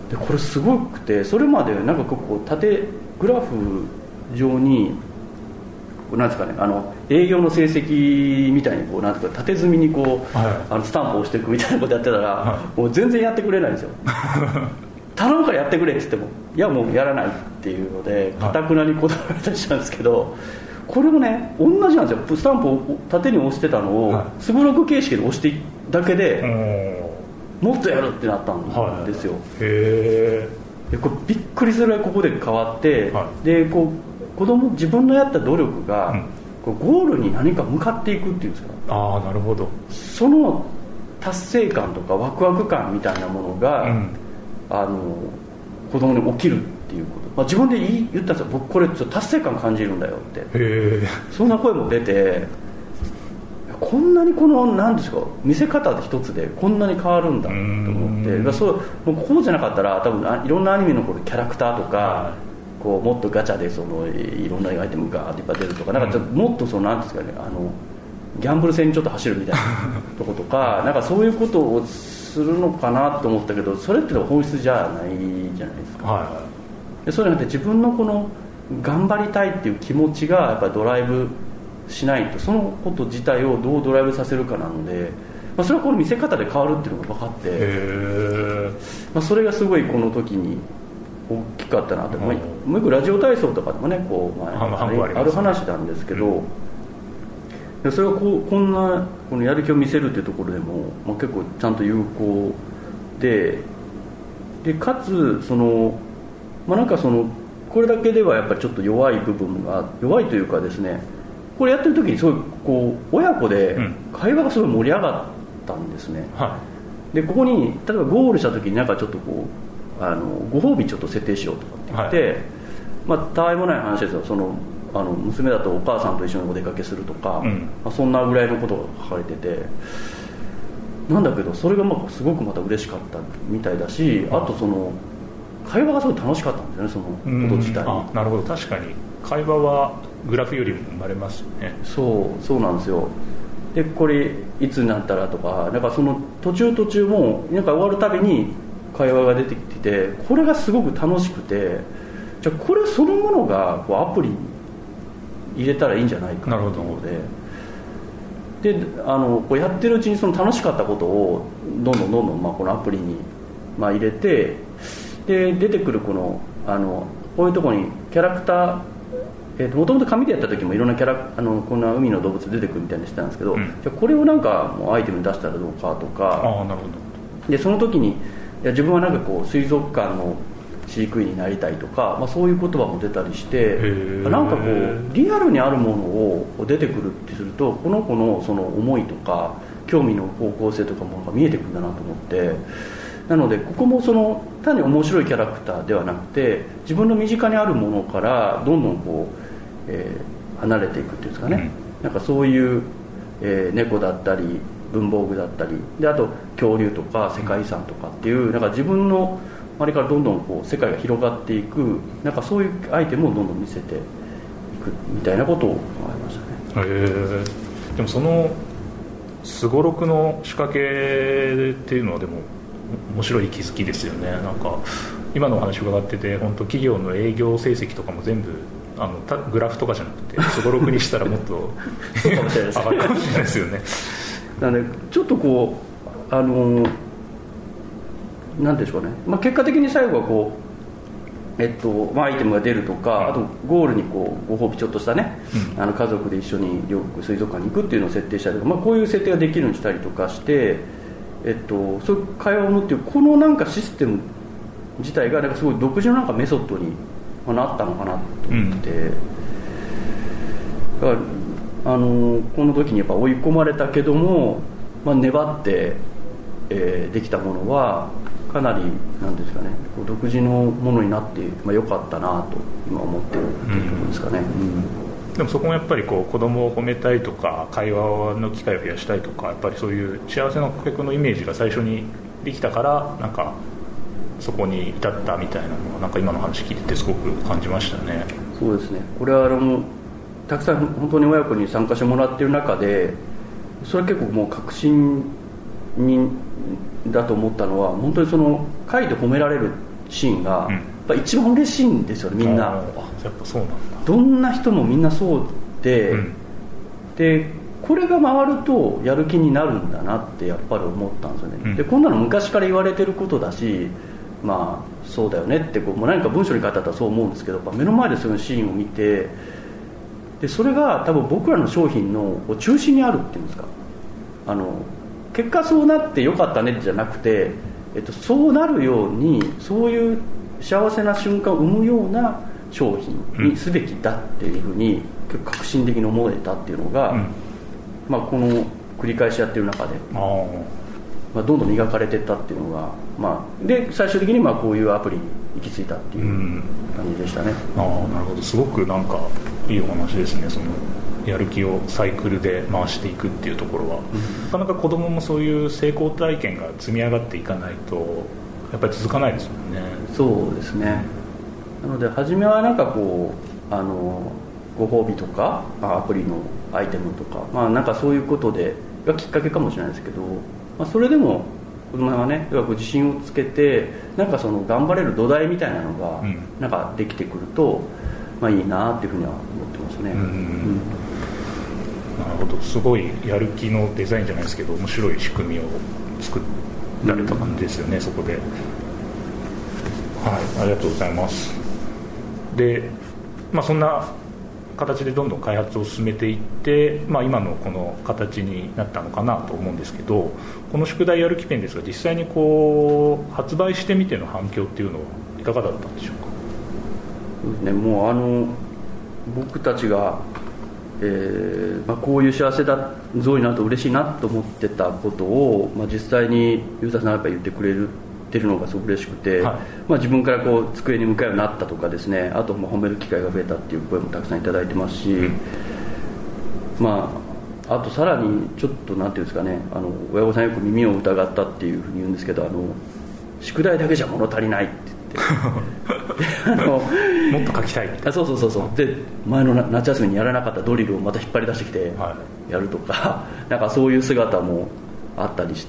でこれすごくて、それまでなんか縦グラフ上になんですかね、営業の成績みたいになんていうか縦積みにはい、スタンプを押していくみたいなことやってたら、はい、もう全然やってくれないんですよ頼むからやってくれって言っても、いやもうやらないっていうのでかたくなに断られたりしたんですけど、これもね同じなんですよ。スタンプを縦に押してたのをすごろく形式で押していくだけで、もっとやるってなったんですよ、はい、へー。でこれびっくりするぐらいここで変わって、はい、で自分のやった努力が、ゴールに何か向かっていくっていうんですか、 ああなるほど、 その達成感とかワクワク感みたいなものが、子供に起きるっていうこと、自分で言ったんですよ。僕これちょっと達成感感じるんだよって。へそんな声も出て、こんなに何ですか、見せ方一つでこんなに変わるんだと思って、もうこうじゃなかったら多分いろんなアニメのキャラクターとか、もっとガチャでいろんなアイテムがいっぱい出るとか、なんかもっとなんですかね、ギャンブル戦にちょっと走るみたいなとことかなんかそういうことをするのかなと思ったけど、それって本質じゃないじゃないですか、はいはい、でそうじゃなくて自分の頑張りたいっていう気持ちがやっぱりドライブしないと、そのこと自体をどうドライブさせるかなので、それは見せ方で変わるっていうのが分かって、それがすごいこの時に大きかったなと。もう一個ラジオ体操とかでもねある話なんですけど、それをこんなやる気を見せるっていうところでも、結構ちゃんと有効でかつなんかこれだけではやっぱりちょっと弱い部分が弱いというかですね、これやってる時にすごい親子で会話がすごい盛り上がったんですね、でここに例えばゴールした時になんかちょっとご褒美ちょっと設定しようとかって言って、たわいもない話ですよ。娘だとお母さんと一緒にお出かけするとか、そんなぐらいのことが書かれてて、なんだけどそれがすごくまた嬉しかったみたいだし、あと会話がすごい楽しかったんですよね、そのこと自体。 なるほど、確かに会話はグラフよりも生まれますよね。 そうなんですよ。でこれいつになったらとか、なんか途中もなんか終わるたびに会話が出てきて、これがすごく楽しくて、じゃあこれそのものがアプリに入れたらいいんじゃないかなと思うので、やってるうちに楽しかったことをどんどんこのアプリに入れて、で出てくるこういうところにキャラクター、もともと紙でやった時もいろんなこんな海の動物出てくるみたいにしてたんですけど、じゃあこれをなんかもうアイテムに出したらどうかとか、 なるほど。 でその時に自分はなんか水族館の飼育員になりたいとか、そういう言葉も出たりして、なんかリアルにあるものを出てくるってすると、この子の思いとか興味の方向性とかもが見えてくるんだなと思って、なのでここも単に面白いキャラクターではなくて、自分の身近にあるものからどんどん離れていくっていうんですかね、なんかそういう、猫だったり文房具だったりで、あと恐竜とか世界遺産とかっていうなんか自分の周りからどんどん世界が広がっていく、なんかそういうアイテムをどんどん見せていくみたいなことを考えましたね。 でもすごろくの仕掛けっていうのはでも面白い気づきですよね。なんか今のお話伺ってて、本当企業の営業成績とかも全部グラフとかじゃなくてすごろくにしたらもっと上がるかもしれないですよね。 なのでちょっとなんでしょうね、結果的に最後はアイテムが出るとか、あとゴールにご褒美ちょっとしたね、家族で一緒に水族館に行くっていうのを設定したりとか、こういう設定ができるようにしたりとかして、そういう会話を生むっていうこのなんかシステム自体がなんかすごい独自のなんかメソッドになったのかなと思って、だからこの時にやっぱ追い込まれたけども、粘って、できたものはかなりなんですかね、独自のものになって、良かったなと今思ってるということですかね。 でもそこもやっぱりこう子供を褒めたいとか会話の機会を増やしたいとか、やっぱりそういう幸せな顧客のイメージが最初にできたから、なんかそこに至ったみたいなのはなんか今の話聞いててすごく感じましたね。 そうですね、これはたくさん本当に親子に参加してもらっている中で、それ結構もう確信だと思ったのは、本当にその会で褒められるシーンが、やっぱ一番嬉しいんですよね、みんな。 やっぱそうなんだ。 どんな人もみんなそうで、でこれが回るとやる気になるんだなってやっぱり思ったんですよね、でこんなの昔から言われてることだし、まあそうだよねってもう何か文章に書いてあったらそう思うんですけど、やっぱ目の前でそういうシーンを見て、でそれが多分僕らの商品の中心にあるっていうんですか、結果そうなってよかったねじゃなくて、そうなるように、そういう幸せな瞬間を生むような商品にすべきだっていうふうに結構革新的に思えたっていうのが、まあ、この繰り返しやってる中で、まあ、どんどん磨かれていったっていうのが、まあ、で最終的にまあこういうアプリに行き着いたっていう感じでしたね。 なるほど、すごくなんかいいお話ですね。そのやる気をサイクルで回していくっていうところは、なかなか子供もそういう成功体験が積み上がっていかないとやっぱり続かないですもんね。 そうですね。なので初めはなんかこうご褒美とかアプリのアイテムとか、まあ、なんかそういうことでがきっかけかもしれないですけど、まあ、それでも子供はね、自信をつけてなんかその頑張れる土台みたいなのがなんかできてくると、まあ、いいなっていうふうには思ってますね。 なるほど、すごいやる気のデザインじゃないですけど面白い仕組みを作られた感じですよね、そこで。はい、ありがとうございます。で、まあ、そんな形でどんどん開発を進めていって、まあ、今のこの形になったのかなと思うんですけど、この宿題やる気ペンですが実際にこう発売してみての反響っていうのはいかがだったんでしょうか。 そうですね、もう僕たちが、まあ、こういう幸せだ像になると嬉しいなと思ってたことを、まあ、実際にユーザーさんがやっぱり言ってくれるってるのがすごく嬉しくて、まあ、自分からこう机に向かうようになったとかですね、あとも褒める機会が増えたっていう声もたくさんいただいてますし、まあ、あとさらにちょっとなんていうんですかね、親御さんよく耳を疑ったっていうふうに言うんですけど、宿題だけじゃ物足りないって言ってもっと書きたいみたいな。 そうで前の夏休みにやらなかったドリルをまた引っ張り出してきてやるとか、なんかそういう姿もあったりして、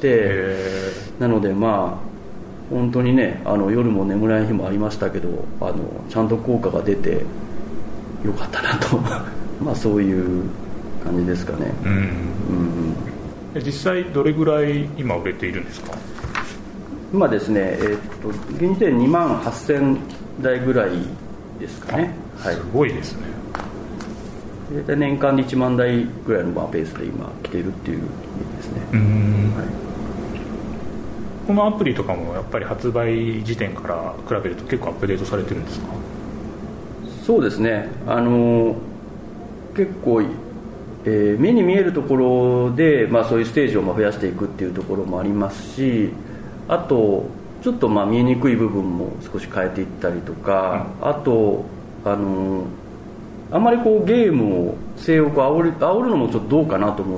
なのでまあ本当にね、夜も眠れない日もありましたけど、ちゃんと効果が出てよかったなとまあそういう感じですかね。 実際どれぐらい今売れているんですか。 今ですね、現時点で2万8000台ぐらいですかね。はい、 すごいですね。 大体年間で1万台ぐらいのペースで今来ているっていうイメージですね。はい、 このアプリとかもやっぱり発売時点から比べると結構アップデートされてるんですか。 そうですね、結構、目に見えるところで、まあ、そういうステージを増やしていくっていうところもありますし、あとちょっとまあ見えにくい部分も少し変えていったりとか、あとあんまりこうゲームを性欲を煽るのもちょっとどうかなと思って、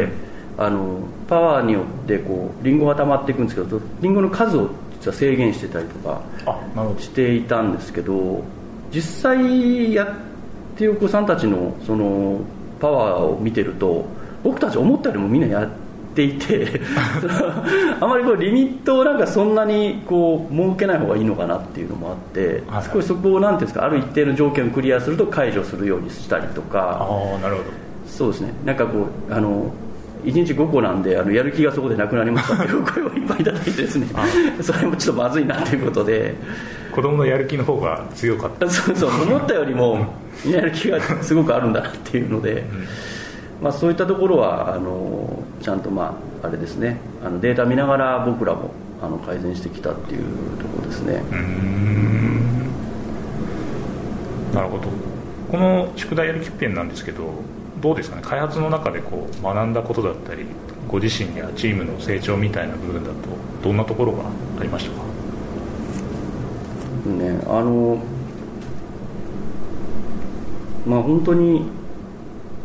パワーによってこうリンゴが溜まっていくんですけど、リンゴの数を実は制限してたりとかしていたんですけど、実際やってるお子さんたちのそのパワーを見てると、僕たち思ったよりもみんなやっていてあまりこうリミットをなんかそんなにこう設けない方がいいのかなっていうのもあって、少しそこをなんていうんですか、ある一定の条件をクリアすると解除するようにしたりとか。 なるほど。 そうですね、なんかこう1日5個なんでやる気がそこでなくなりましたっていう声をいっぱいいただいてですねそれもちょっとまずいなということで、 子供のやる気の方が強かった。 そう思ったよりもみんなやる気がすごくあるんだなっていうので、まあ、そういったところはちゃんとまああれですね、データ見ながら僕らも改善してきたっていうところですね。 なるほど。この宿題やる気ペンなんですけど、どうですかね、開発の中でこう学んだことだったり、ご自身やチームの成長みたいな部分だとどんなところがありましたか。 まあ、本当に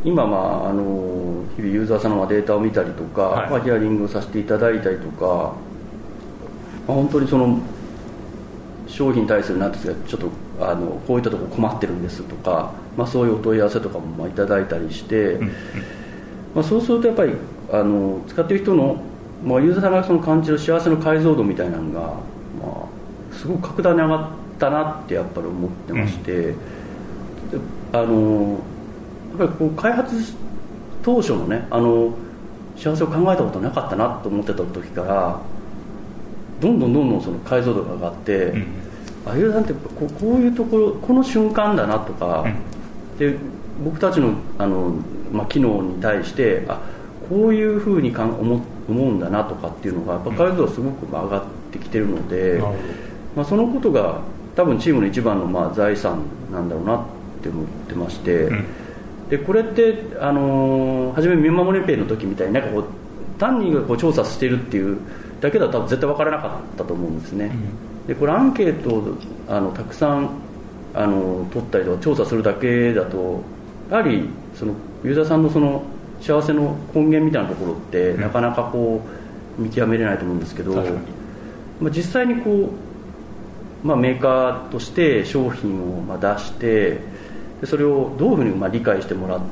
今、日々ユーザーさんのデータを見たりとか、はい、ヒアリングをさせていただいたりとか、本当にその商品に対するなんですか、ちょっとこういったところ困ってるんですとか、そういうお問い合わせとかもいただいたりして、そうするとやっぱり使っている人の、ユーザーさんがその感じる幸せの解像度みたいなのが、すごく格段に上がったなってやっぱり思ってまして、やっぱりこう開発当初のね、幸せを考えたことなかったなと思ってた時から、どんどんその解像度が上がって、ユーザーさんってこういうところ、この瞬間だなとか、で僕たちの機能に対してこういうふうに思うんだなとかっていうのがやっぱ解像度がすごく上がってきてるので、そのことが多分チームの一番の財産なんだろうなって思ってまして、でこれって初め見守りペイの時みたいになんかこう単にこう調査してるっていうだけだと多分絶対分からなかったと思うんですね。でこれアンケートをたくさん取ったりとか調査するだけだと、やはりそのユーザーさんのその幸せの根源みたいなところってなかなかこう見極めれないと思うんですけど、実際にこう、メーカーとして商品を出して、でそれをどういうふうに理解してもらって、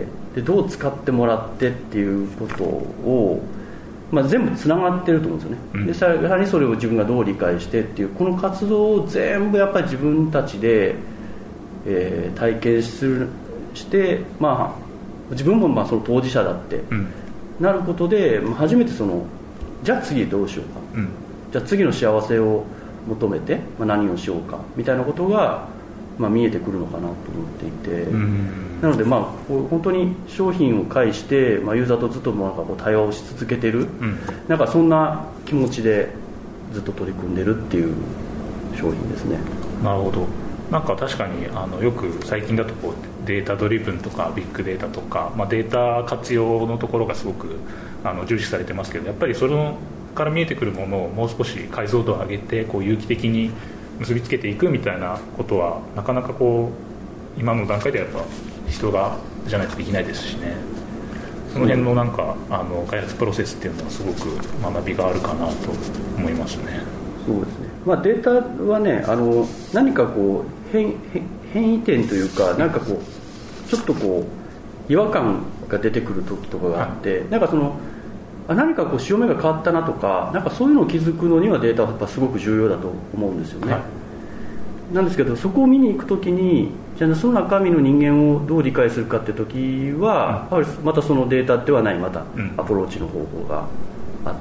でどう使ってもらってっていうことを、全部つながってると思うんですよね。でさらにそれを自分がどう理解してっていうこの活動を全部やっぱり自分たちで、体験して、自分もその当事者だってなることで、初めてじゃあ次どうしようか、じゃあ次の幸せを求めて、何をしようかみたいなことが、見えてくるのかなと思っていて、なので本当に商品を介して、ユーザーとずっとなんかこう対話をし続けてる、なんかそんな気持ちでずっと取り組んでるっていう商品ですね。 なるほど。なんか確かによく最近だとこうデータドリブンとかビッグデータとか、データ活用のところがすごく重視されてますけど、やっぱりそれから見えてくるものをもう少し解像度を上げてこう有機的に結びつけていくみたいなことはなかなかこう今の段階ではやっぱ人がじゃないとできないですしね。その辺のなんか開発プロセスっていうのはすごく学びがあるかなと思いますね。 そうですね。データはね、何かこう変異点というか、なんかこうちょっとこう違和感が出てくる時とかがあって、なんか何かこう潮目が変わったなとか、なんかそういうのを気づくのにはデータはやっぱすごく重要だと思うんですよね。なんですけど、そこを見に行くときに、じゃあその中身の人間をどう理解するかって時は、やはりまたそのデータではないまたアプローチの方法があって、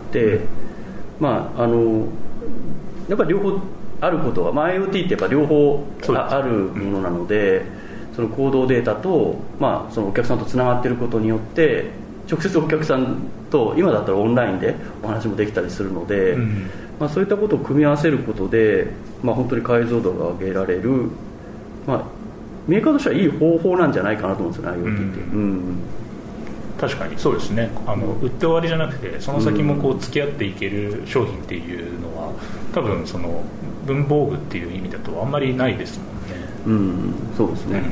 やっぱり両方あることは、IoT ってやっぱ両方あるものなので、その行動データと、そのお客さんとつながっていることによって直接お客さんと今だったらオンラインでお話もできたりするので、そういったことを組み合わせることで、本当に解像度が上げられる、メーカーとしてはいい方法なんじゃないかなと思うんですよね、IoT って。 確かにそうですね。売って終わりじゃなくて、その先もこう付き合っていける商品っていうのは、多分その文房具っていう意味だとあんまりないですもんね。 そうですね。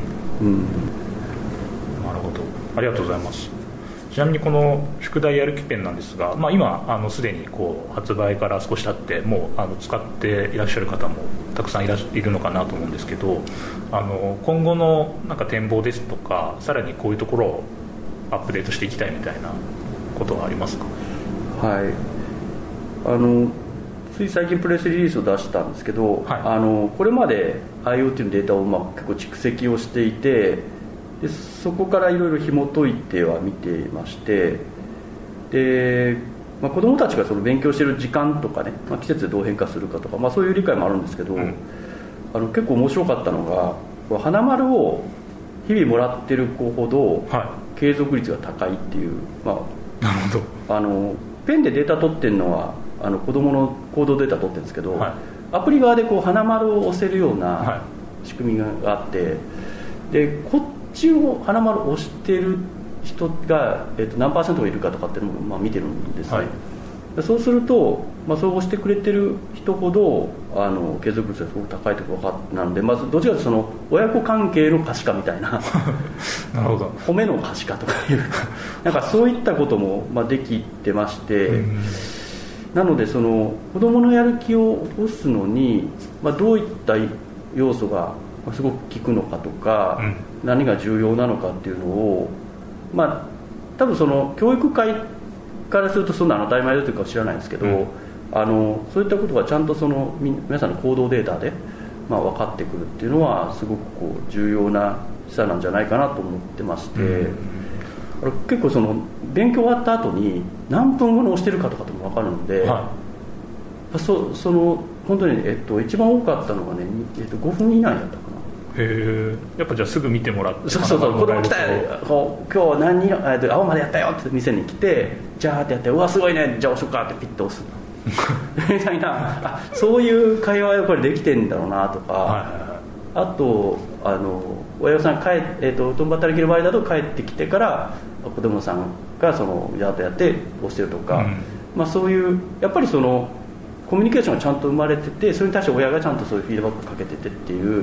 なるほど、ありがとうございます。ちなみにこの宿題やる気ペンなんですが、今すでにこう発売から少し経ってもう使っていらっしゃる方もたくさんいるのかなと思うんですけど、今後のなんか展望ですとか、さらにこういうところをアップデートしていきたいみたいなことはありますか？ つい最近プレスリリースを出したんですけど、これまで IoT のデータを結構蓄積をしていて、でそこからいろいろ紐解いては見ていまして、で、子どもたちがその勉強している時間とかね、季節でどう変化するかとか、そういう理解もあるんですけど、結構面白かったのが、花丸を日々もらってる子ほど継続率が高いっていう、 なるほど。 ペンでデータ取ってるのは子どもの行動データ取ってるんですけど、アプリ側でこう花丸を押せるような仕組みがあって、でこっちを花丸を押してる人が、何%がいるかとかっていうのも見てるんですね。 そうすると、そうしてくれてる人ほど継続率がすごく高いところなので、どちらかというとその親子関係の可視化みたいななるほど、 褒めの可視化とかいうなんかそういったこともできてまして、なのでその子どものやる気を起こすのに、どういった要素がすごく効くのかとか、何が重要なのかっていうのを、多分その教育界からするとそんな当たり前だというか知らないんですけど、そういったことがちゃんとその皆さんの行動データで、分かってくるっていうのはすごく重要な示唆なんじゃないかなと思ってまして、結構その勉強終わった後に何分後に押してるかとかでも分かるので、その本当に、一番多かったのがね、5分以内だったかな。 やっぱじゃあすぐ見てもらって、 そう子供来たよ、今日何人青までやったよって店に来て、ジャーってやって、うわすごいね、じゃあ押しようかってピッと押すみたいな、そういう会話がやっぱりできてんだろうなとか、あと親御さん共働きの場合だと帰ってきてから子供さんがそのジャーッとやって押してるとか、そういうやっぱりそのコミュニケーションがちゃんと生まれてて、それに対して親がちゃんとそういうフィードバックかけててっていう、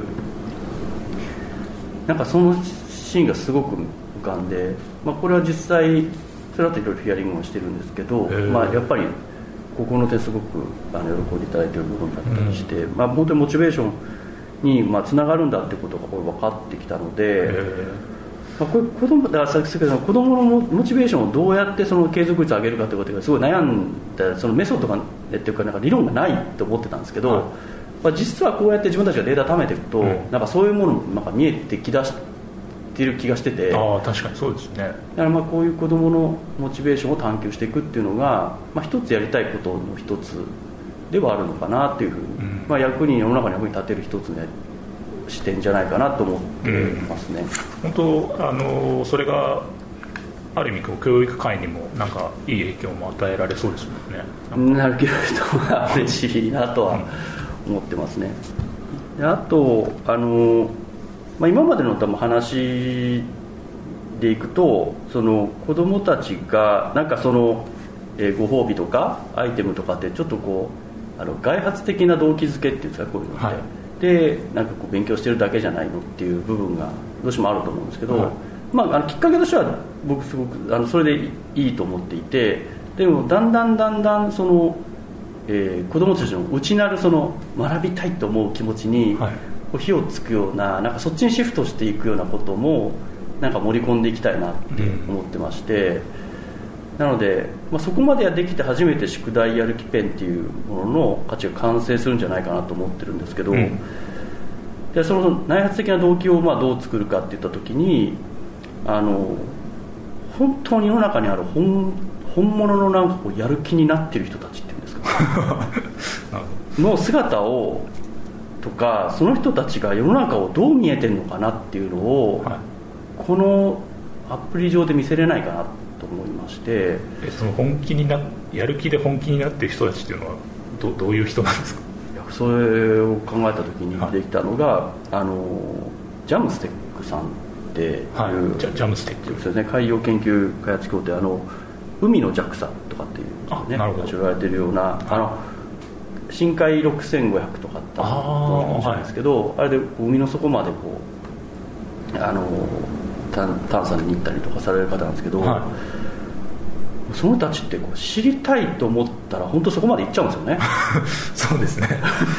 なんかそのシーンがすごく浮かんで、これは実際それだといろいろヒアリングをしてるんですけど、やっぱりここの点すごく喜んでいただいている部分だったりして、本当にモチベーションにつながるんだってことがこれ分かってきたので、これ子供だからさっき言ったけど、子供のモチベーションをどうやってその継続率を上げるかということがすごい悩んだ、そのメソッドがっていうか、なんか理論がないと思ってたんですけど、実はこうやって自分たちがデータ貯めていくと、なんかそういうものもなんか見えてきだしている気がしてて、 確かにそうですね。 だからこういう子どものモチベーションを探求していくっていうのが、一つやりたいことの一つではあるのかなっていうふうに、世の中に役に立てる一つの視点じゃないかなと思ってますね。 本当それがある意味教育界にもなんかいい影響も与えられそうですもんね。 なるけどは嬉しいなとは思ってますね。であと今までの多分話でいくと、その子どもたちがなんかその、ご褒美とかアイテムとかってちょっと外発的な動機づけっていうんですか、こういうのって、でなんか勉強してるだけじゃないのっていう部分がどうしてもあると思うんですけど、きっかけとしては僕すごくそれでいいと思っていて、でもだんだんその、子どもたちの内なるその学びたいと思う気持ちに火をつくような、なんかそっちにシフトしていくようなこともなんか盛り込んでいきたいなって思ってまして、なので、そこまでできて初めて宿題やる気ペンっていうものの価値が完成するんじゃないかなと思ってるんですけど、でその内発的な動機をどう作るかっていった時に、本当に世の中にある本物のなんかやる気になってる人たちっていうんですかの姿をとか、その人たちが世の中をどう見えてるのかなっていうのを、このアプリ上で見せれないかなと思いまして。 そのやる気で本気になってる人たちっていうのはどういう人なんですか？ それを考えた時にできたのが、ジャムステックさんっていう、 ジャムステックですね、海洋研究開発協定、海の JAXA とかっていうね、言われてるような、深海6500とかってあるんですけど、あれで海の底まで探査に行ったりとかされる方なんですけど、その人たちって知りたいと思ったら本当そこまで行っちゃうんですよねそうですね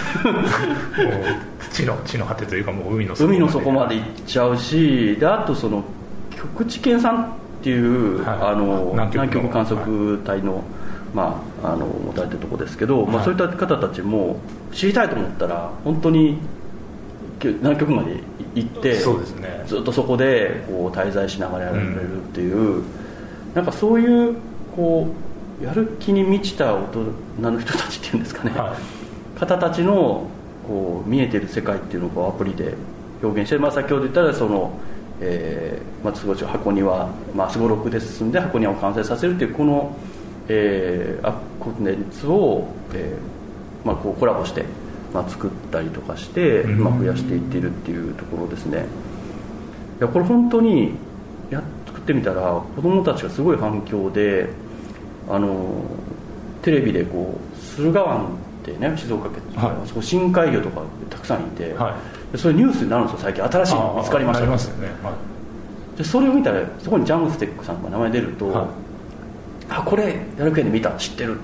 もう地の果てというか、もう海の底まで行っちゃうし、であとその極地研さんっていう、南極観測隊の、持たれてるところですけど、そういった方たちも知りたいと思ったら本当に南極まで行って、 そうですね、 ずっとそこで滞在しながらやられるっていう、なんかそういうやる気に満ちた大人の人たちっていうんですかね、方たちの見えてる世界っていうのをアプリで表現して、先ほど言ったらそのすごい箱庭、すごろくで進んで箱庭を完成させるっていうこの、コンテンツを、コラボして、作ったりとかして、増やしていっているっていうところですね。いやこれ本当に作ってみたら子どもたちがすごい反響で、 テレビでこう駿河湾ってね、静岡県、そこ深海魚とかたくさんいて、そういうニュースになるんですよ最近。新しいの見つかりました、 なりますよね、 でそれを見たらそこにジャムステックさんが名前出ると、あ、これやるけんで見た、知ってるって。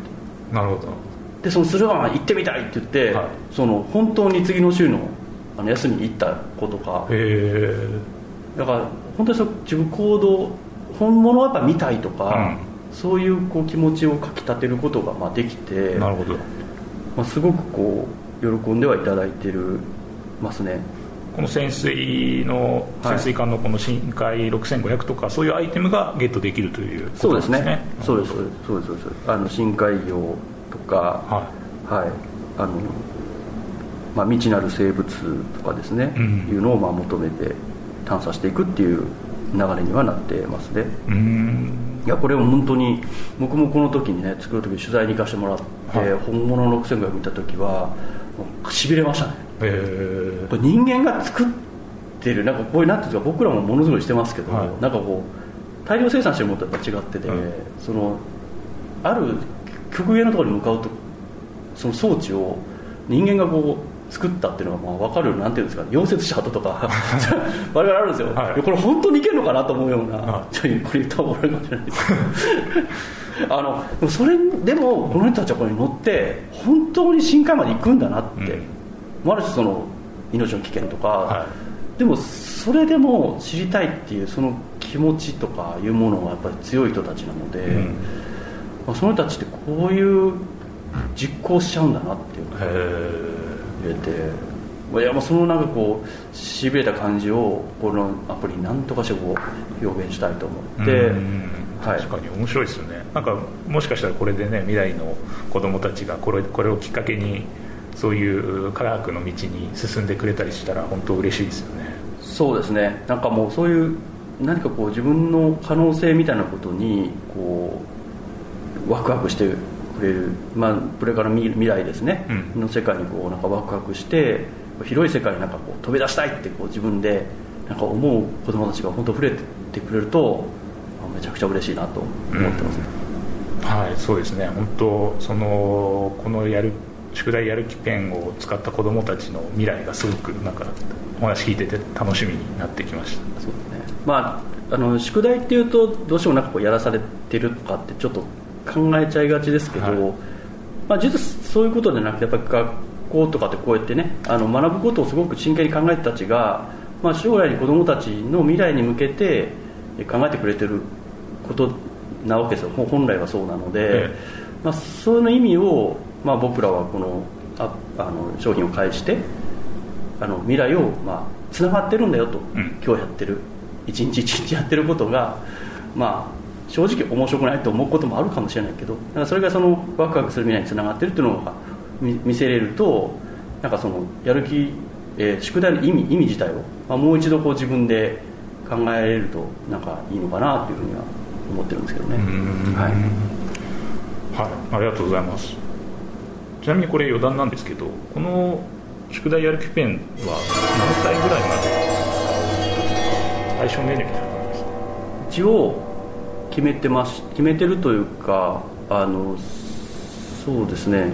なるほど。 でその駿河湾行ってみたいって言って、その本当に次の週の休みに行った子とか、だから本当に自分行動、本物をやっぱ見たいとか、そういうこう気持ちをかきたてることができて、 なるほど、 すごくこう喜んではいただいてるますね。 この潜水艦のこの深海6500とか、そういうアイテムがゲットできるということですね。 そうですね、そうです。深海魚とか、未知なる生物とかですね、いうのを求めて探査していくっていう流れにはなってますね。いや、これも本当に僕もこの時にね、作る時に取材に行かせてもらって、本物の6500見た時はもうしびれましたね。人間が作ってる、なんかこういうなんていうか、僕らもものすごいしてますけど、なんかこう大量生産してるものとやっぱ違ってて、そのある極限のところに向かうと、その装置を人間がこう作ったっていうのが分かる、なんていうんですか、溶接した跡とか我々あるんですよ、これ本当にいけるのかなと思うような、これ言った方が悪いかもしれないですけどそれでもこの人たちはこれに乗って本当に深海まで行くんだなって、ある種その命の危険とか、でもそれでも知りたいっていうその気持ちとかいうものがやっぱり強い人たちなので、その人たちってこういう実行しちゃうんだなっていうのを入れて、いや、そのなんかこうしびれた感じをこのアプリに何とかしてこう表現したいと思って、 確かに面白いですよね。なんかもしかしたらこれでね、未来の子どもたちがこれをきっかけにそういう科学の道に進んでくれたりしたら本当嬉しいですよね。そうですね。 なんかもうそういう何かこう自分の可能性みたいなことにこうワクワクしてくれる、これから未来ですね、の世界にこうなんかワクワクして広い世界になんかこう飛び出したいってこう自分でなんか思う子どもたちが本当触れてくれるとめちゃくちゃ嬉しいなと思ってますね。 そうですね。本当この宿題やる気ペンを使った子どもたちの未来がすごくなんかお話聞いてて楽しみになってきました。 そうですね。宿題っていうとどうしてもなんかこうやらされてるとかってちょっと考えちゃいがちですけど、実はそういうことじゃなくて、やっぱり学校とかってこうやってね、学ぶことをすごく真剣に考えてたちが、将来に子どもたちの未来に向けて考えてくれてることなわけですよ。本来はそうなので、その意味を、僕らはこの商品を介して未来をつながってるんだよと、今日やってる一日一日やってることが正直面白くないと思うこともあるかもしれないけど、なんかそれがそのワクワクする未来につながってるっていうのが見せれると、なんかそのやる気、宿題の意味自体を、もう一度こう自分で考えれるとなんかいいのかなというふうには思ってるんですけどね。 ありがとうございます。ちなみにこれ余談なんですけど、この宿題やる気ペンは何歳ぐらいまで対象年齢みたいな感じですか？ 一応決めてるというか、そうですね、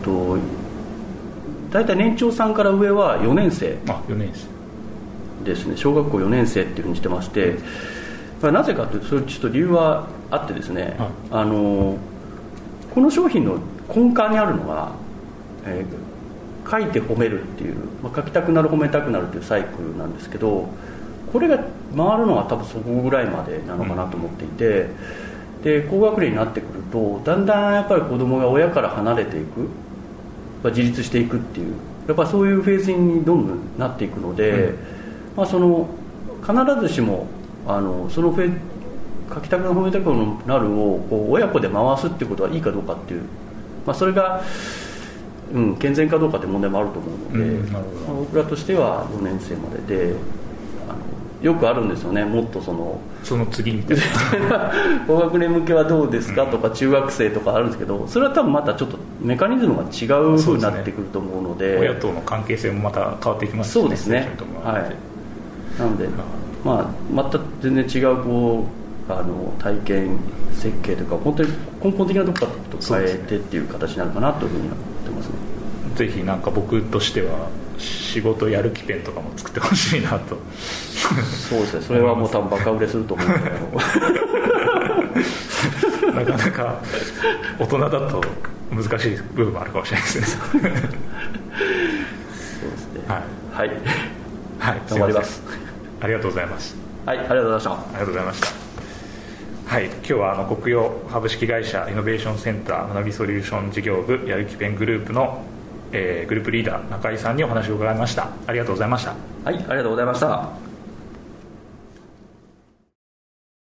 大体年長さんから上は4年生ですね。小学校4年生っていうふうにしてまして、なぜかというと、それちょっと理由はあってですね、この商品の根幹にあるのが、書いて褒めるっていう、書きたくなる褒めたくなるっていうサイクルなんですけど、これが回るのは多分そこぐらいまでなのかなと思っていて、で高学年になってくるとだんだんやっぱり子供が親から離れていく、自立していくっていう、やっぱそういうフェーズにどんどんなっていくので、その必ずしもその書きたくなる褒めたくなるをこう親子で回すっていうことはいいかどうかっていう、それが健全かどうかって問題もあると思うので、僕らとしては4年生までで、よくあるんですよね。もっとその次みたいな高学年向けはどうですかとか、中学生とかあるんですけど、それは多分またちょっとメカニズムが違う風になってくると思うので、 親との関係性もまた変わってきますね。そうですね。なので、また全然違う体験設計とか、本当に根本的なところからと変えてっていう形になるかなというふうに思ってますね。 ぜひなんか僕としては仕事やる気ペンとかも作ってほしいなとそうですね、それはもう多分バカ売れすると思うんだけどなかなか大人だと難しい部分もあるかもしれないですねそうですね、はい、 はい、 頑張ります。 ありがとうございます。 はい、ありがとうございました。 ありがとうございました。はい、今日は国用株式会社イノベーションセンター学びソリューション事業部やる気ペングループの、グループリーダー中井さんにお話を伺いました。ありがとうございました。 はい、ありがとうございました。